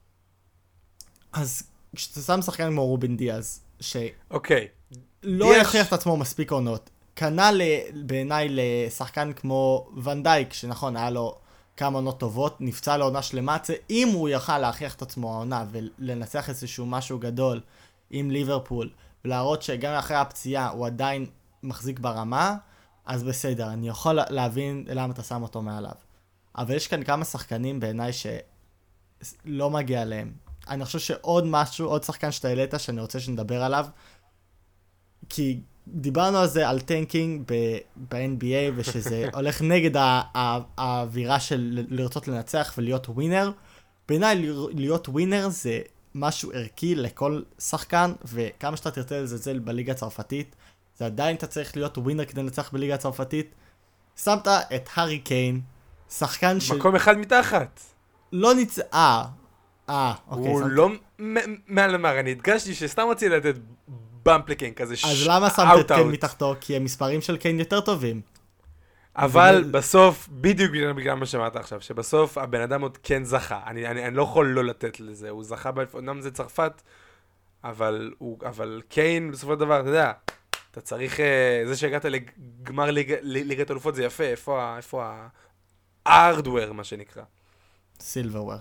אז כשאתה שם שחקן כמו רובין דיאז, שלא יכריח את עצמו מספיק עונות, קנה בעיניי לשחקן כמו ונדייק, שנכון, היה לו כמה עונות טובות, נפצע לעונה שלמה, אם הוא יכל להכריח את עצמו העונה ולנצח איזשהו משהו גדול עם ליברפול, ולהראות שגם אחרי הפציעה הוא עדיין מחזיק ברמה, אז בסדר, אני יכול להבין למה אתה שם אותו מעליו. אבל יש כאן כמה שחקנים בעיניי שלא מגיע להם. אני חושב שעוד משהו, עוד שחקן שאתה העלית שאני רוצה שנדבר עליו, כי דיברנו על זה, על טנקינג ב-NBA, ושזה הולך נגד האווירה של לרצות לנצח ולהיות ווינר. בעיניי להיות ווינר זה משהו ערכי לכל שחקן, וכמה שאתה תרצה לזלזל בליגה הצרפתית, זה עדיין אתה צריך להיות ווינר כדי לנצח בליגה הצרפתית. שמת את הארי קיין, שחקן מקום אחד מתחת. לא אוקיי. הוא לא מעל למעלה, אני הדגשתי שסתם רציתי לתת באמפ לקיין כזה. אז למה שמת את קיין מתחתו? כי המספרים של קיין יותר טובים. אבל בסוף, בדיוק בגלל מה שאמרת עכשיו, שבסוף הבן אדם עוד כן זכה. אני לא יכול לא לתת לזה. הוא זכה, אומנם זה צרפת, אבל קיין בסופו של דבר, אתה יודע, אתה צריך, זה שהגעת לגמר ליגת אלופות זה יפה, איפה הארדוור, מה שנקרא. סילברוויר.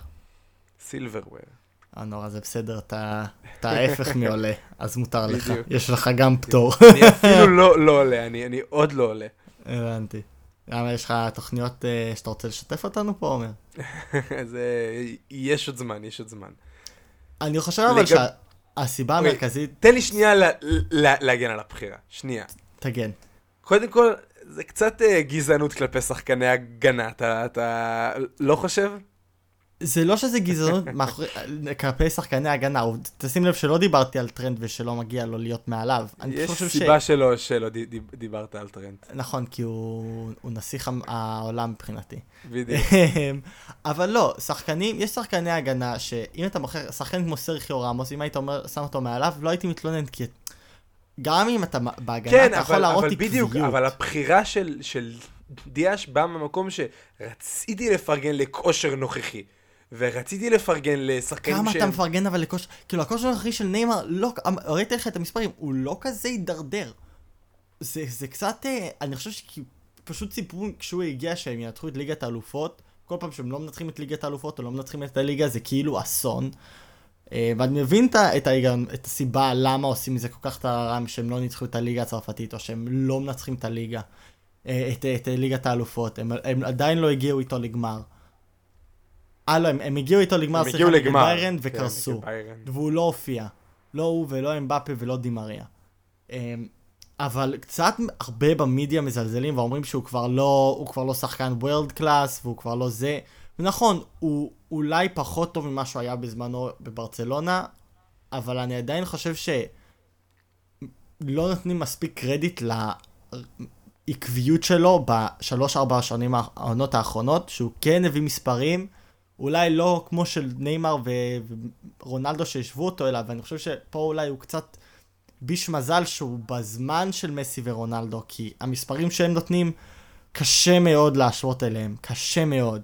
נורא, זה בסדר, אתה ההפך מעולה, אז מותר לך. יש לך גם פטור. אני אפילו לא עולה, אני עוד לא עולה. הבנתי. למה יש לך תוכניות שאתה רוצה לשתף אותנו פה, עומר? יש עוד זמן. אני חושב אבל שהסיבה המרכזית... תן לי שנייה להגן על הבחירה. שנייה. תגן. קודם כל, זה קצת גזענות כלפי שחקני הגנה, אתה לא חושב? זה לא שזה גזענות כלפי שחקני הגנה, תשים לב שלא דיברתי על טרנד ושלא מגיע לו להיות מעליו. יש סיבה שלא דיברת על טרנד. נכון, כי הוא נסיך העולם מבחינתי. בדיוק. אבל לא, יש שחקני הגנה שאם אתה מוכר, שחקן כמו סרחיו רמוס, אם היית שם אותו מעליו, לא הייתי מתלונן, כי גם אם אתה בהגנה, אתה יכול להראות עקביות. אבל הבחירה של דיאש באה ממקום שרציתי לפרגן לכושר נוכחי. ורציתי לפרגן לשחקנים כמה אתה מפרגן אבל לכושר, כאילו הכושר הנוכחי של ניימר, ראיתי לך את המספרים, הוא לא כזה יידרדר. זה קצת, אני חושב שפשוט סיפרו כשהוא הגיע שהם ינתחו את ליגת האלופות, כל פעם שהם לא מנתחים את ליגת האלופות או לא מנתחים את הליגה, זה כאילו אסון. ואני מבין את הסיבה למה עושים מזה כל כך תרם שהם לא ניצחו את הליגה הצרפתית, או שהם לא מנצחים את הליגה, את ליגת האלופות, הם עדיין לא הגיעו איתו לגמר. הם הגיעו איתו לגמר שיחה נגד ביירן וקרסו, והוא לא הופיע. לא הוא ולא אמבאפה ולא דימריה. אבל קצת הרבה במדיה מזלזלים ואומרים שהוא כבר לא שחקן וורלד קלאס, והוא כבר לא זה. ונכון, הוא אולי פחות טוב ממה שהוא היה בזמנו בברצלונה, אבל אני עדיין חושב שלא נותנים מספיק קרדיט לעקביות שלו ב3-4 שנים העונות האחרונות, שהוא כן הביא מספרים, אולי לא כמו של ניימר ורונלדו שהשוו אותו אליו, ואני חושב שפה אולי הוא קצת ביש מזל שהוא בזמן של מסי ורונלדו, כי המספרים שהם נותנים קשה מאוד להשוות אליהם, קשה מאוד.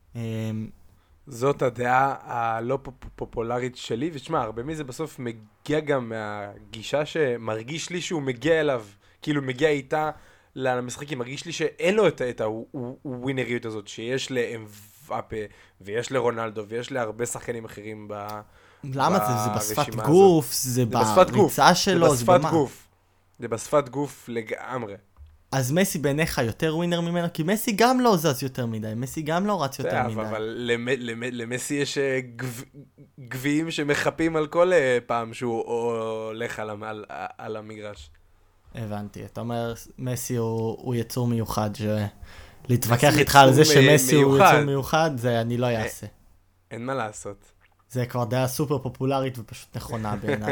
זאת הדעה הלא פופולרית שלי, ושמע, הרבה מזה בסוף מגיע גם מהגישה שמרגיש לי שהוא מגיע אליו, כאילו מגיע איתה למשחקים, מרגיש לי שאין לו את הווינריות הזאת, שיש לאמבפה, ויש לרונלדו, ויש להרבה שחקנים אחרים למה זה בשפת גוף, זה בריצה שלו, זה בשפת גוף. זה בשפת גוף לגמרי. אז מסי בעיניך יותר ווינר ממנו? כי מסי גם לא זז יותר מדי, מסי גם לא רץ יותר מדי. אבל למסי יש גביעים שמחפים על כל פעם שהוא הולך על המגרש. הבנתי, אתה אומר מסי הוא יצור מיוחד, להתווכח איתך על זה שמסי הוא יצור מיוחד, זה אני לא אעשה. אין מה לעשות. זה כבר דעה סופר פופולרית ופשוט נכונה בעיניי.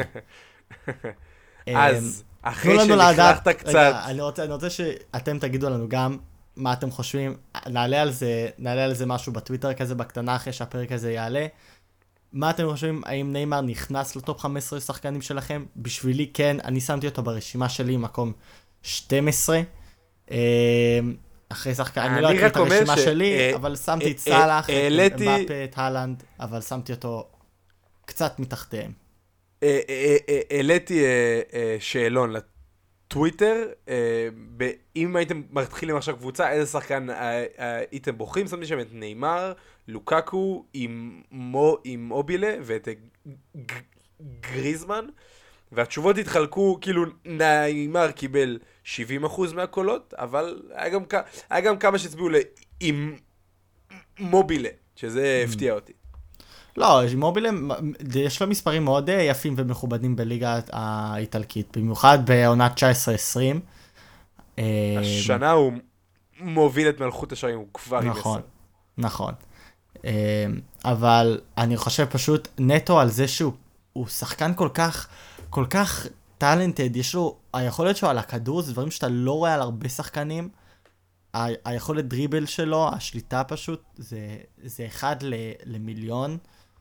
אז, אחרי שנכלחת קצת... אני רוצה שאתם תגידו לנו גם מה אתם חושבים, נעלה על זה משהו בטוויטר כזה בקטנה אחרי שהפרק הזה יעלה. מה אתם חושבים, האם ניימר נכנס לטופ 15 שחקנים שלכם? בשבילי כן, אני שמתי אותו ברשימה שלי, מקום 12. אחרי שחקן, אני לא אקריא את הרשימה שלי, אבל שמתי את סלאח, את אמבפה, את הלנד, אבל שמתי אותו קצת מתחתיהם. העליתי שאלון לטוויטר, אם הייתם מתחילים עכשיו קבוצה, איזה שחקן הייתם בוחרים? שמתי שם את ניימר, לוקאקו עם מובילה ואת גריזמן, והתשובות התחלקו, כאילו ניימר קיבל 70% מהקולות, אבל היה גם כמה שהצביעו עם מובילה, שזה הפתיע אותי. לא, מובילה, יש לו מספרים מאוד יפים ומכובדים בליגה האיטלקית, במיוחד בעונת 19-20. השנה הוא מוביל את מלכות השערים, הוא כבר עם 10. נכון. אבל אני חושב פשוט נטו על זה שהוא שחקן כל כך טלנטד, יש לו, היכולת שלו על הכדור, זה דברים שאתה לא רואה על הרבה שחקנים, היכולת דריבל שלו, השליטה פשוט, זה אחד למיליון,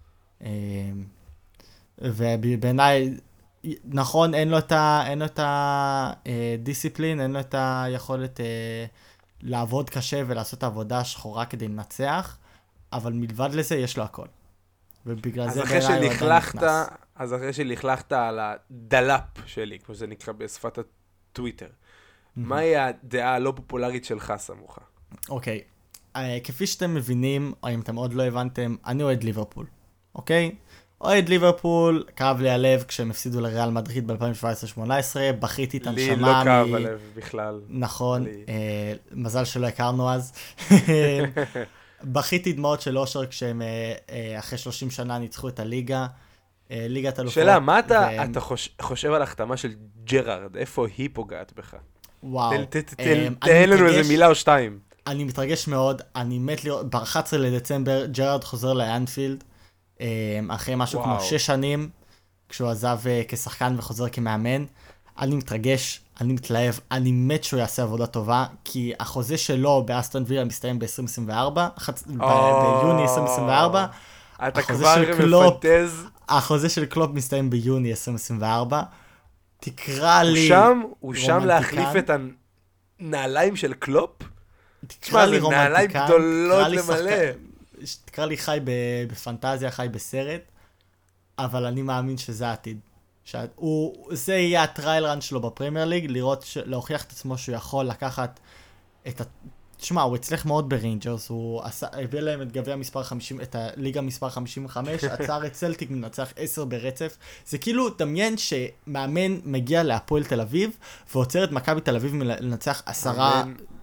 ובעיניי, נכון, אין לו את הדיסציפלין, אין לו את היכולת לעבוד קשה ולעשות עבודה שחורה כדי לנצח, אבל מלבד לזה יש לו הכל. ובגלל זה בעיניי הוא עדיין נכנס. אז אחרי שלכלכת על הדלאפ שלי, כמו שזה נקרא בשפת הטוויטר, מהי הדעה הלא פופולרית שלך סמוכה? אוקיי, כפי שאתם מבינים, או אם אתם עוד לא הבנתם, אני אוהד ליברפול, אוקיי? אוהד ליברפול, כאב לי הלב כשהם הפסידו לריאל מדריד ב-2017-2018, בכיתי את הנשמה. לי לא כאב הלב בכלל. נכון, מזל שלא הכרנו אז. בכיתי דמעות של אושר כשהם אחרי 30 שנה ניצחו את הליגה. ליגת אלופות. שאלה, מה אתה חושב על החתמה של ג'רארד? איפה היא פוגעת בך? וואו. תן לנו איזה מילה או שתיים. אני מתרגש מאוד, אני מת לראות, ב-11 לדצמבר ג'רארד חוזר לאנפילד, אחרי משהו כמו 6 שנים, כשהוא עזב כשחקן וחוזר כמאמן. אני מתרגש, אני מתלהב, אני מת שהוא יעשה עבודה טובה, כי החוזה שלו באסטון וילה מסתיים ב-2024, ביוני 2024. אתה כבר מפנטז. החוזה של קלופ מסתיים ביוני 2024. תקרא לי הוא שם להחליף את הנעליים של קלופ? תקרא לי רומנטיקן. נעליים גדולות למלא. תקרא לי חי בפנטזיה, חי בסרט, אבל אני מאמין שזה העתיד. זה יהיה הטרייל רן שלו בפרמייר ליג, להוכיח את עצמו שהוא יכול לקחת תשמע, הוא הצליח מאוד בריינג'רס, הוא הביא להם את גביע מספר 50, את הליגה מספר 55, עצר את סלטיק מנצח 10 ברצף. זה כאילו, דמיין שמאמן מגיע להפועל תל אביב, ועוצר את מכבי תל אביב מלנצח 10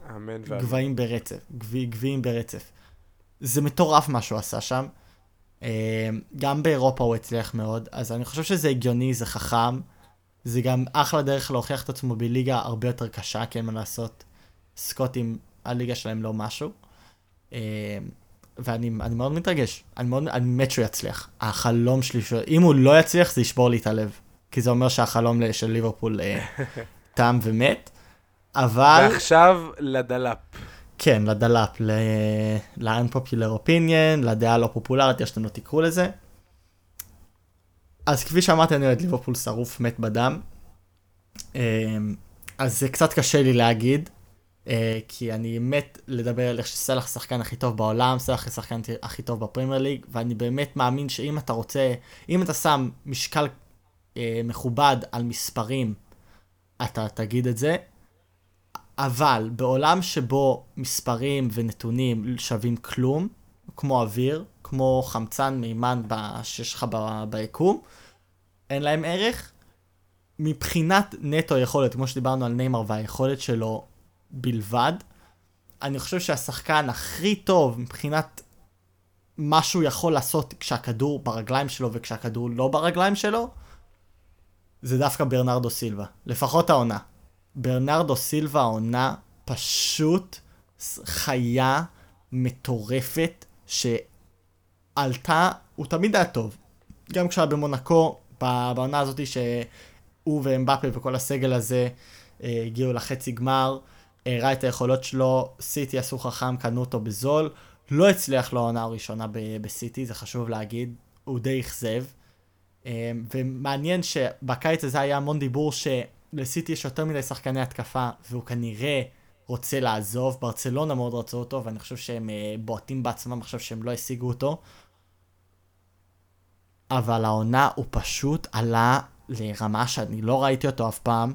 גביעים ברצף. זה מטורף מה שהוא עשה שם. גם באירופה הוא הצליח מאוד, אז אני חושב שזה הגיוני, זה חכם, זה גם אחלה דרך להוכיח את עצמו בליגה הרבה יותר קשה, כי אין מה לעשות, סקוטים, הליגה שלהם לא משהו, ואני מאוד מתרגש, אני מת שהוא יצליח, החלום שלי, אם הוא לא יצליח זה ישבור לי את הלב, כי זה אומר שהחלום של ליברפול תם ומת, אבל... ועכשיו לדלאפ. כן, לדלאפ, ל-unpopular opinion, לדעה לא פופולרית, יש לנו תקראו לזה. אז כפי שאמרתי, אני אוהד ליברפול שרוף, מת בדם. אז זה קצת קשה לי להגיד, כי אני מת לדבר על איך שסלח השחקן הכי טוב בעולם, סלח השחקן הכי טוב בפרמייר ליג, ואני באמת מאמין שאם אתה רוצה, אם אתה שם משקל מכובד על מספרים, אתה תגיד את זה. אבל בעולם שבו מספרים ונתונים שווים כלום, כמו אוויר, כמו חמצן מימן שיש לך ביקום, אין להם ערך. מבחינת נטו יכולת, כמו שדיברנו על ניימר והיכולת שלו בלבד, אני חושב שהשחקן הכי טוב מבחינת מה שהוא יכול לעשות כשהכדור ברגליים שלו וכשהכדור לא ברגליים שלו, זה דווקא ברנרדו סילבה. לפחות העונה. ברנרדו סילבה העונה פשוט חיה מטורפת שעלתה, הוא תמיד היה טוב. גם כשהיה במונקו, בעונה הזאת שהוא ואמבפה וכל הסגל הזה הגיעו לחצי גמר, הראה את היכולות שלו, סיטי עשו חכם, קנו אותו בזול, לא הצליח לו העונה הראשונה בסיטי, זה חשוב להגיד, הוא די אכזב. ומעניין שבקיץ הזה היה המון דיבור שלסיטי יש יותר מדי שחקני התקפה, והוא כנראה רוצה לעזוב. ברצלונה מאוד רצו אותו, ואני חושב שהם בועטים בעצמם עכשיו שהם לא השיגו אותו. אבל העונה הוא פשוט עלה לרמה שאני לא ראיתי אותו אף פעם,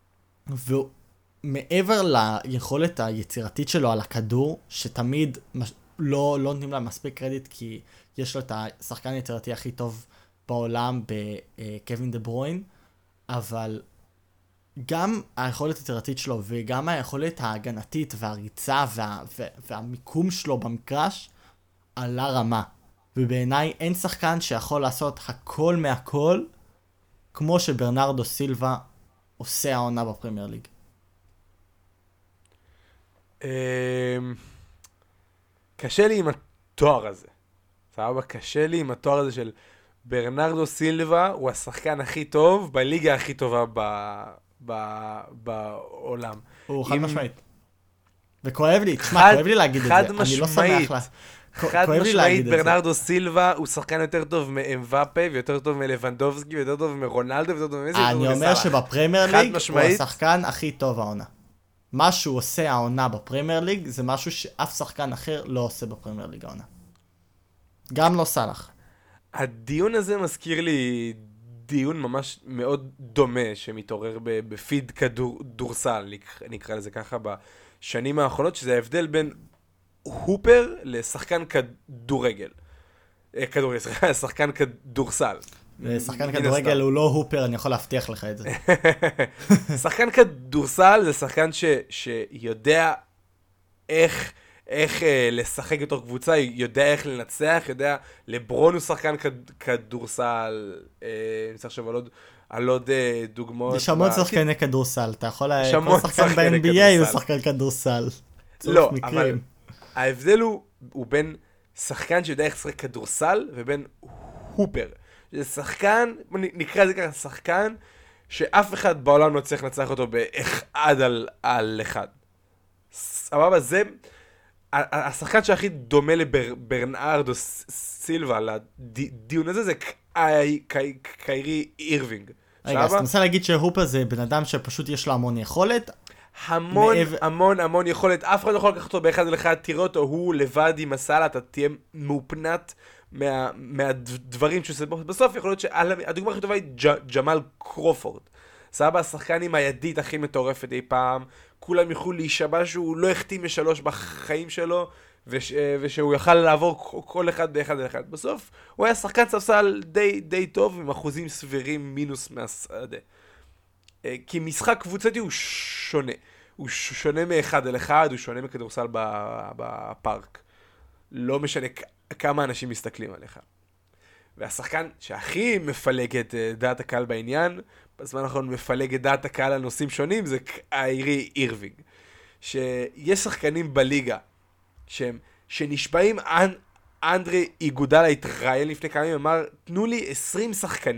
ומעבר ליכולת היצירתית שלו על הכדור, שתמיד לא נותנים לה מספיק קרדיט, כי יש לו את השחקן היצירתי הכי טוב בעולם בקווין דה ברוין, אבל גם היכולת היצירתית שלו וגם היכולת ההגנתית והריצה והמיקום שלו במגרש עלה רמה. ובעיניי אין שחקן שיכול לעשות הכל מהכל כמו שברנרדו סילבה עושה העונה בפרמייר ליג. קשה לי עם התואר הזה. סבבה, קשה לי עם התואר הזה של ברנרדו סילבה הוא השחקן הכי טוב בליגה הכי טובה בעולם. הוא חד משמעית. וכואב לי, תשמע, כואב לי להגיד את זה. אני לא שמח לה. חד משמעית, ברנרדו סילבה הוא שחקן יותר טוב מאמבפה, ויותר טוב מלבנדובסקי, ויותר טוב מרונלדו, ויותר טוב ממסי, אני אומר שבפרמייר ליג הוא השחקן הכי טוב העונה. מה שהוא עושה העונה בפרמייר ליג, זה משהו שאף שחקן אחר לא עושה בפרמייר ליג העונה. גם לא סלח. הדיון הזה מזכיר לי דיון ממש מאוד דומה, שמתעורר בפיד כדורסל, נקרא לזה ככה, בשנים האחרונות, שזה ההבדל בין הופר לשחקן כדורגל. שחקן כדורסל. שחקן כדורגל הוא לא הופר, אני יכול להבטיח לך את זה. שחקן כדורסל זה שחקן שיודע איך לשחק בתוך קבוצה, יודע איך לנצח, יודע, לברון הוא שחקן כדורסל, אני צריך עכשיו על עוד דוגמאות. יש המון שחקני כדורסל, אתה יכול, כל שחקן ב-NBA הוא שחקן כדורסל. לא, אבל ההבדל הוא בין שחקן שיודע איך לשחק כדורסל ובין הופר. זה שחקן, נקרא לזה ככה, שחקן שאף אחד בעולם לא צריך לנצח אותו באחד על אחד. סבבה, זה השחקן שהכי דומה לברנרדו סילבה לדיון הזה, זה קיירי אירווינג. רגע, אז אתה מנסה להגיד שהופר זה בן אדם שפשוט יש לו המון יכולת? המון יכולת, אף אחד לא יכול לקחת אותו באחד על אחד, תראה אותו, הוא לבד עם הסל, אתה תהיה מאופנת מהדברים שעושה. בסוף יכול להיות שהדוגמה הכי טובה היא ג'מאל קרופורד. סבא, השחקן עם הידית הכי מטורפת אי פעם, כולם יוכלו להישבע שהוא לא החתים משלוש בחיים שלו, ושהוא יכל לעבור כל אחד באחד על אחד. בסוף הוא היה שחקן ספסל די טוב, עם אחוזים סבירים מינוס מהשדה. כי משחק קבוצתי הוא שונה. הוא שונה מאחד על אחד, הוא שונה מכדורסל בפארק. לא משנה כמה אנשים מסתכלים עליך. והשחקן שהכי מפלג את דעת הקהל בעניין, בזמן האחרון מפלג את דעת הקהל על נושאים שונים, זה קיירי אירווינג. שיש שחקנים בליגה שנשבעים, אנדרי איגודלה התראיין לפני כמה ימים, אמר, תנו לי 20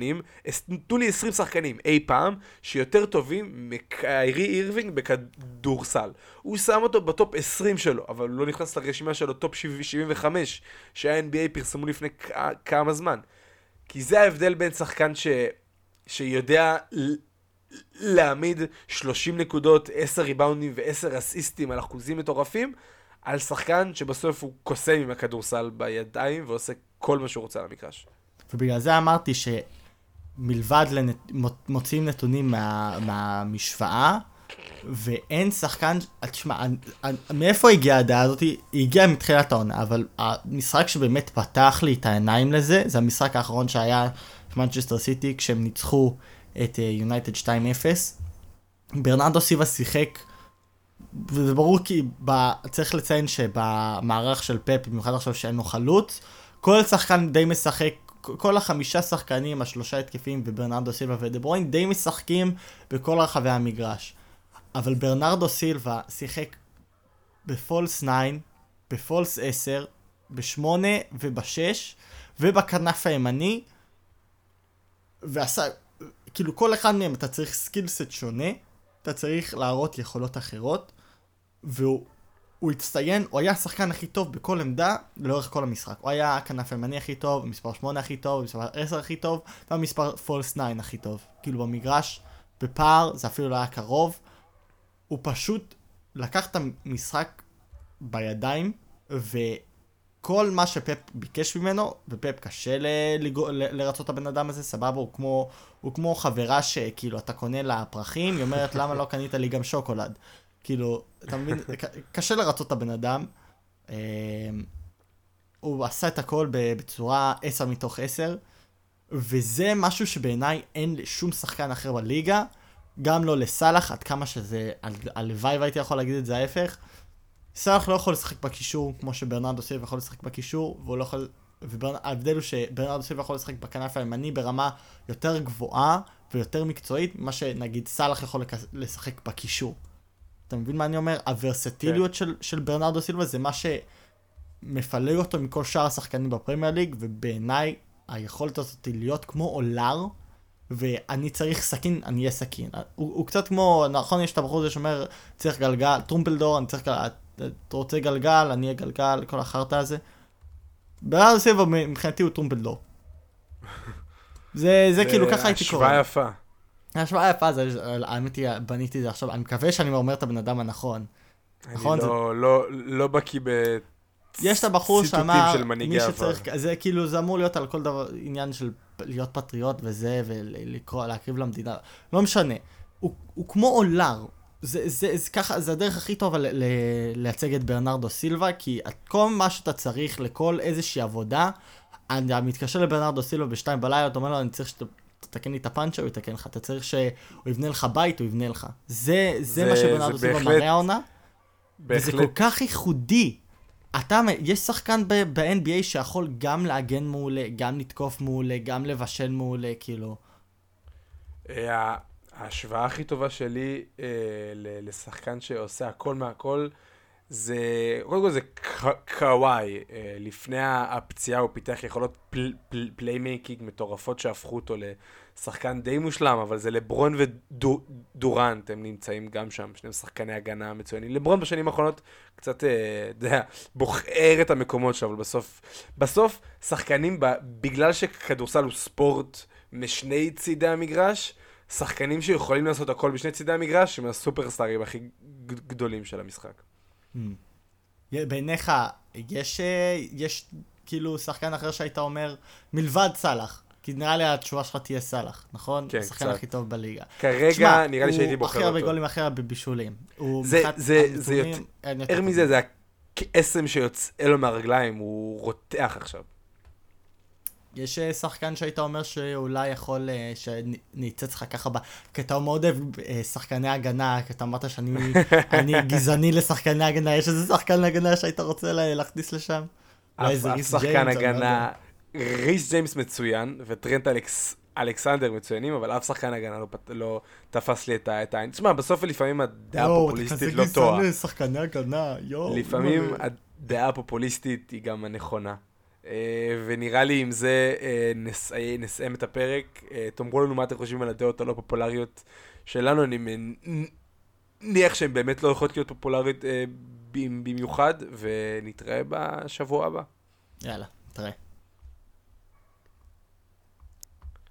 שחקנים אי פעם, שיותר טובים מקיירי אירווינג בכדורסל. הוא שם אותו בטופ 20 שלו, אבל הוא לא נכנס לרשימה שלו טופ 75, שה-NBA פרסמו לפני כמה זמן. כי זה ההבדל בין שחקן שיודע להעמיד 30 נקודות, 10 ריבאונדים ו10 אסיסטים על אחוזים מטורפים, על שחקן שבסוף הוא קוסם עם הכדורסל בידיים ועושה כל מה שהוא רוצה על המגרש. ובגלל זה אמרתי שמלבד מוציאים נתונים מהמשוואה, ואין שחקן, תשמע, מאיפה הגיעה הדעה הזאת? היא הגיעה מתחילת העונה, אבל המשחק שבאמת פתח לי את העיניים לזה, זה המשחק האחרון שהיה מנצ'סטר סיטי, כשהם ניצחו את יונייטד 2-0. ברנרדו סילבה שיחק, וזה ברור כי צריך לציין שבמערך של פפ, במיוחד עכשיו שאין לו חלוץ, כל שחקן די משחק, כל 5 שחקנים, 3 התקפים וברנרדו סילבה ודה ברוין די משחקים בכל רחבי המגרש. אבל ברנרדו סילבה שיחק בפולס 9, בפולס 10, ב8 וב6 ובכנף הימני, ועשה, כאילו כל אחד מהם אתה צריך סקילסט שונה, אתה צריך להראות יכולות אחרות, והוא הצטיין, הוא היה השחקן הכי טוב בכל עמדה לאורך כל המשחק. הוא היה הכנף הימני הכי טוב, מספר 8 הכי טוב, מספר 10 הכי טוב, ומספר פולס 9 הכי טוב. כאילו במגרש, בפער, זה אפילו לא היה קרוב. הוא פשוט לקח את המשחק בידיים, וכל מה שפפ ביקש ממנו, ופפ קשה לרצות את הבן אדם הזה, סבבה, הוא כמו חברה שכאילו אתה קונה לה פרחים, היא אומרת למה לא קנית לי גם שוקולד. כאילו, אתה מבין, קשה לרצות את הבן אדם. הוא עשה את הכל בצורה 10 מתוך 10, וזה משהו שבעיניי אין שום שחקן אחר בליגה, גם לא לסלח, עד כמה שזה, הלוואי והייתי יכול להגיד את זה ההפך. סלח לא יכול לשחק בקישור, כמו שברנרדו סילבה יכול לשחק בקישור, והוא לא יכול, וההבדל הוא שברנרדו סילבה יכול לשחק בכנף הימני ברמה יותר גבוהה ויותר מקצועית, מה שנגיד סלח יכול לשחק בקישור. אתה מבין מה אני אומר? הוורסטיליות של ברנרדו סילבה זה מה שמפלג אותו מכל שאר השחקנים בפרמייר ליג, ובעיניי היכולת הזאת להיות כמו אולר, ואני צריך סכין, אני אהיה סכין. הוא קצת כמו, נכון, יש את הבחור הזה שאומר, צריך גלגל, טרומפלדור, אני צריך, אתה רוצה גלגל, אני אהיה גלגל, כל החרטא הזה. ברנרדו סילבה מבחינתי הוא טרומפלדור. זה כאילו ככה הייתי קורא. השוואה יפה. השוואה יפה, האמת היא, בניתי זה עכשיו, אני מקווה שאני אומר את הבן אדם הנכון. אני לא בקיא יש את הבחור שאמר, מי שצריך, זה כאילו, זה אמור להיות על כל דבר, עניין של להיות פטריוט וזה, ולהקריב למדינה, לא משנה. הוא כמו אולר, זה הדרך הכי טובה לייצג את ברנרדו סילבה, כי כל מה שאתה צריך לכל איזושהי עבודה, אני מתקשר לברנרדו סילבה ב2 בלילה, אתה אומר לו, אני צריך תתקן לי את הפאנצ'ה, הוא יתקן לך. אתה צריך שהוא יבנה לך בית, הוא יבנה לך. זה מה שברנרדו סילבה מראה העונה. וזה כל כך ייחודי. יש שחקן ב-NBA שיכול גם להגן מעולה, גם לתקוף מעולה, גם לבשל מעולה, כאילו. ההשוואה הכי טובה שלי לשחקן שעושה הכל מהכל, זה, קודם כל זה קוואי. לפני הפציעה הוא פיתח יכולות פליימייקינג מטורפות שהפכו אותו לשחקן די מושלם, אבל זה לברון ודורנט, הם נמצאים גם שם, שניהם שחקני הגנה מצוינים. לברון בשנים האחרונות קצת, בוחר את המקומות שלו, אבל בסוף שחקנים, בגלל שכדורסל הוא ספורט משני צידי המגרש, שחקנים שיכולים לעשות הכל בשני צידי המגרש, הם הסופרסטארים הכי גדולים של המשחק. בעיניך, יש כאילו שחקן אחר שהיית אומר, מלבד סלח, כי נראה לי התשובה שלך תהיה סלח, נכון? כן, השחקן הכי טוב בליגה. כרגע נראה לי שהייתי בוחר אותו. הוא הכי הרבה גולים, הכי הרבה בישולים. זה יותר מזה, זה הקסם שיוצא לו מהרגליים, הוא רותח עכשיו. יש שחקן שהיית אומר שאולי יכול, שניצץ לך ככה, כי אתה מאוד אוהב שחקני הגנה, כי אתה אמרת שאני גזעני לשחקני הגנה, יש איזה שחקן הגנה שהיית רוצה להכניס לשם? אף שחקן הגנה, ריס ג'יימס מצוין, וטרנט אלכסנדר מצוינים, אבל אף שחקן הגנה לא תפס לי את העין. תשמע, בסוף לפעמים הדעה הפופוליסטית לא טועה. אתה כזה גזעני לשחקני הגנה, לפעמים הדעה הפופוליסטית היא גם הנכונה. ונראה לי עם זה נסיים את הפרק. תאמרו לנו מה אתם חושבים על הדעות הלא פופולריות שלנו. אני מניח שהן באמת לא יכולות להיות פופולריות במיוחד, ונתראה בשבוע הבא. יאללה, נתראה.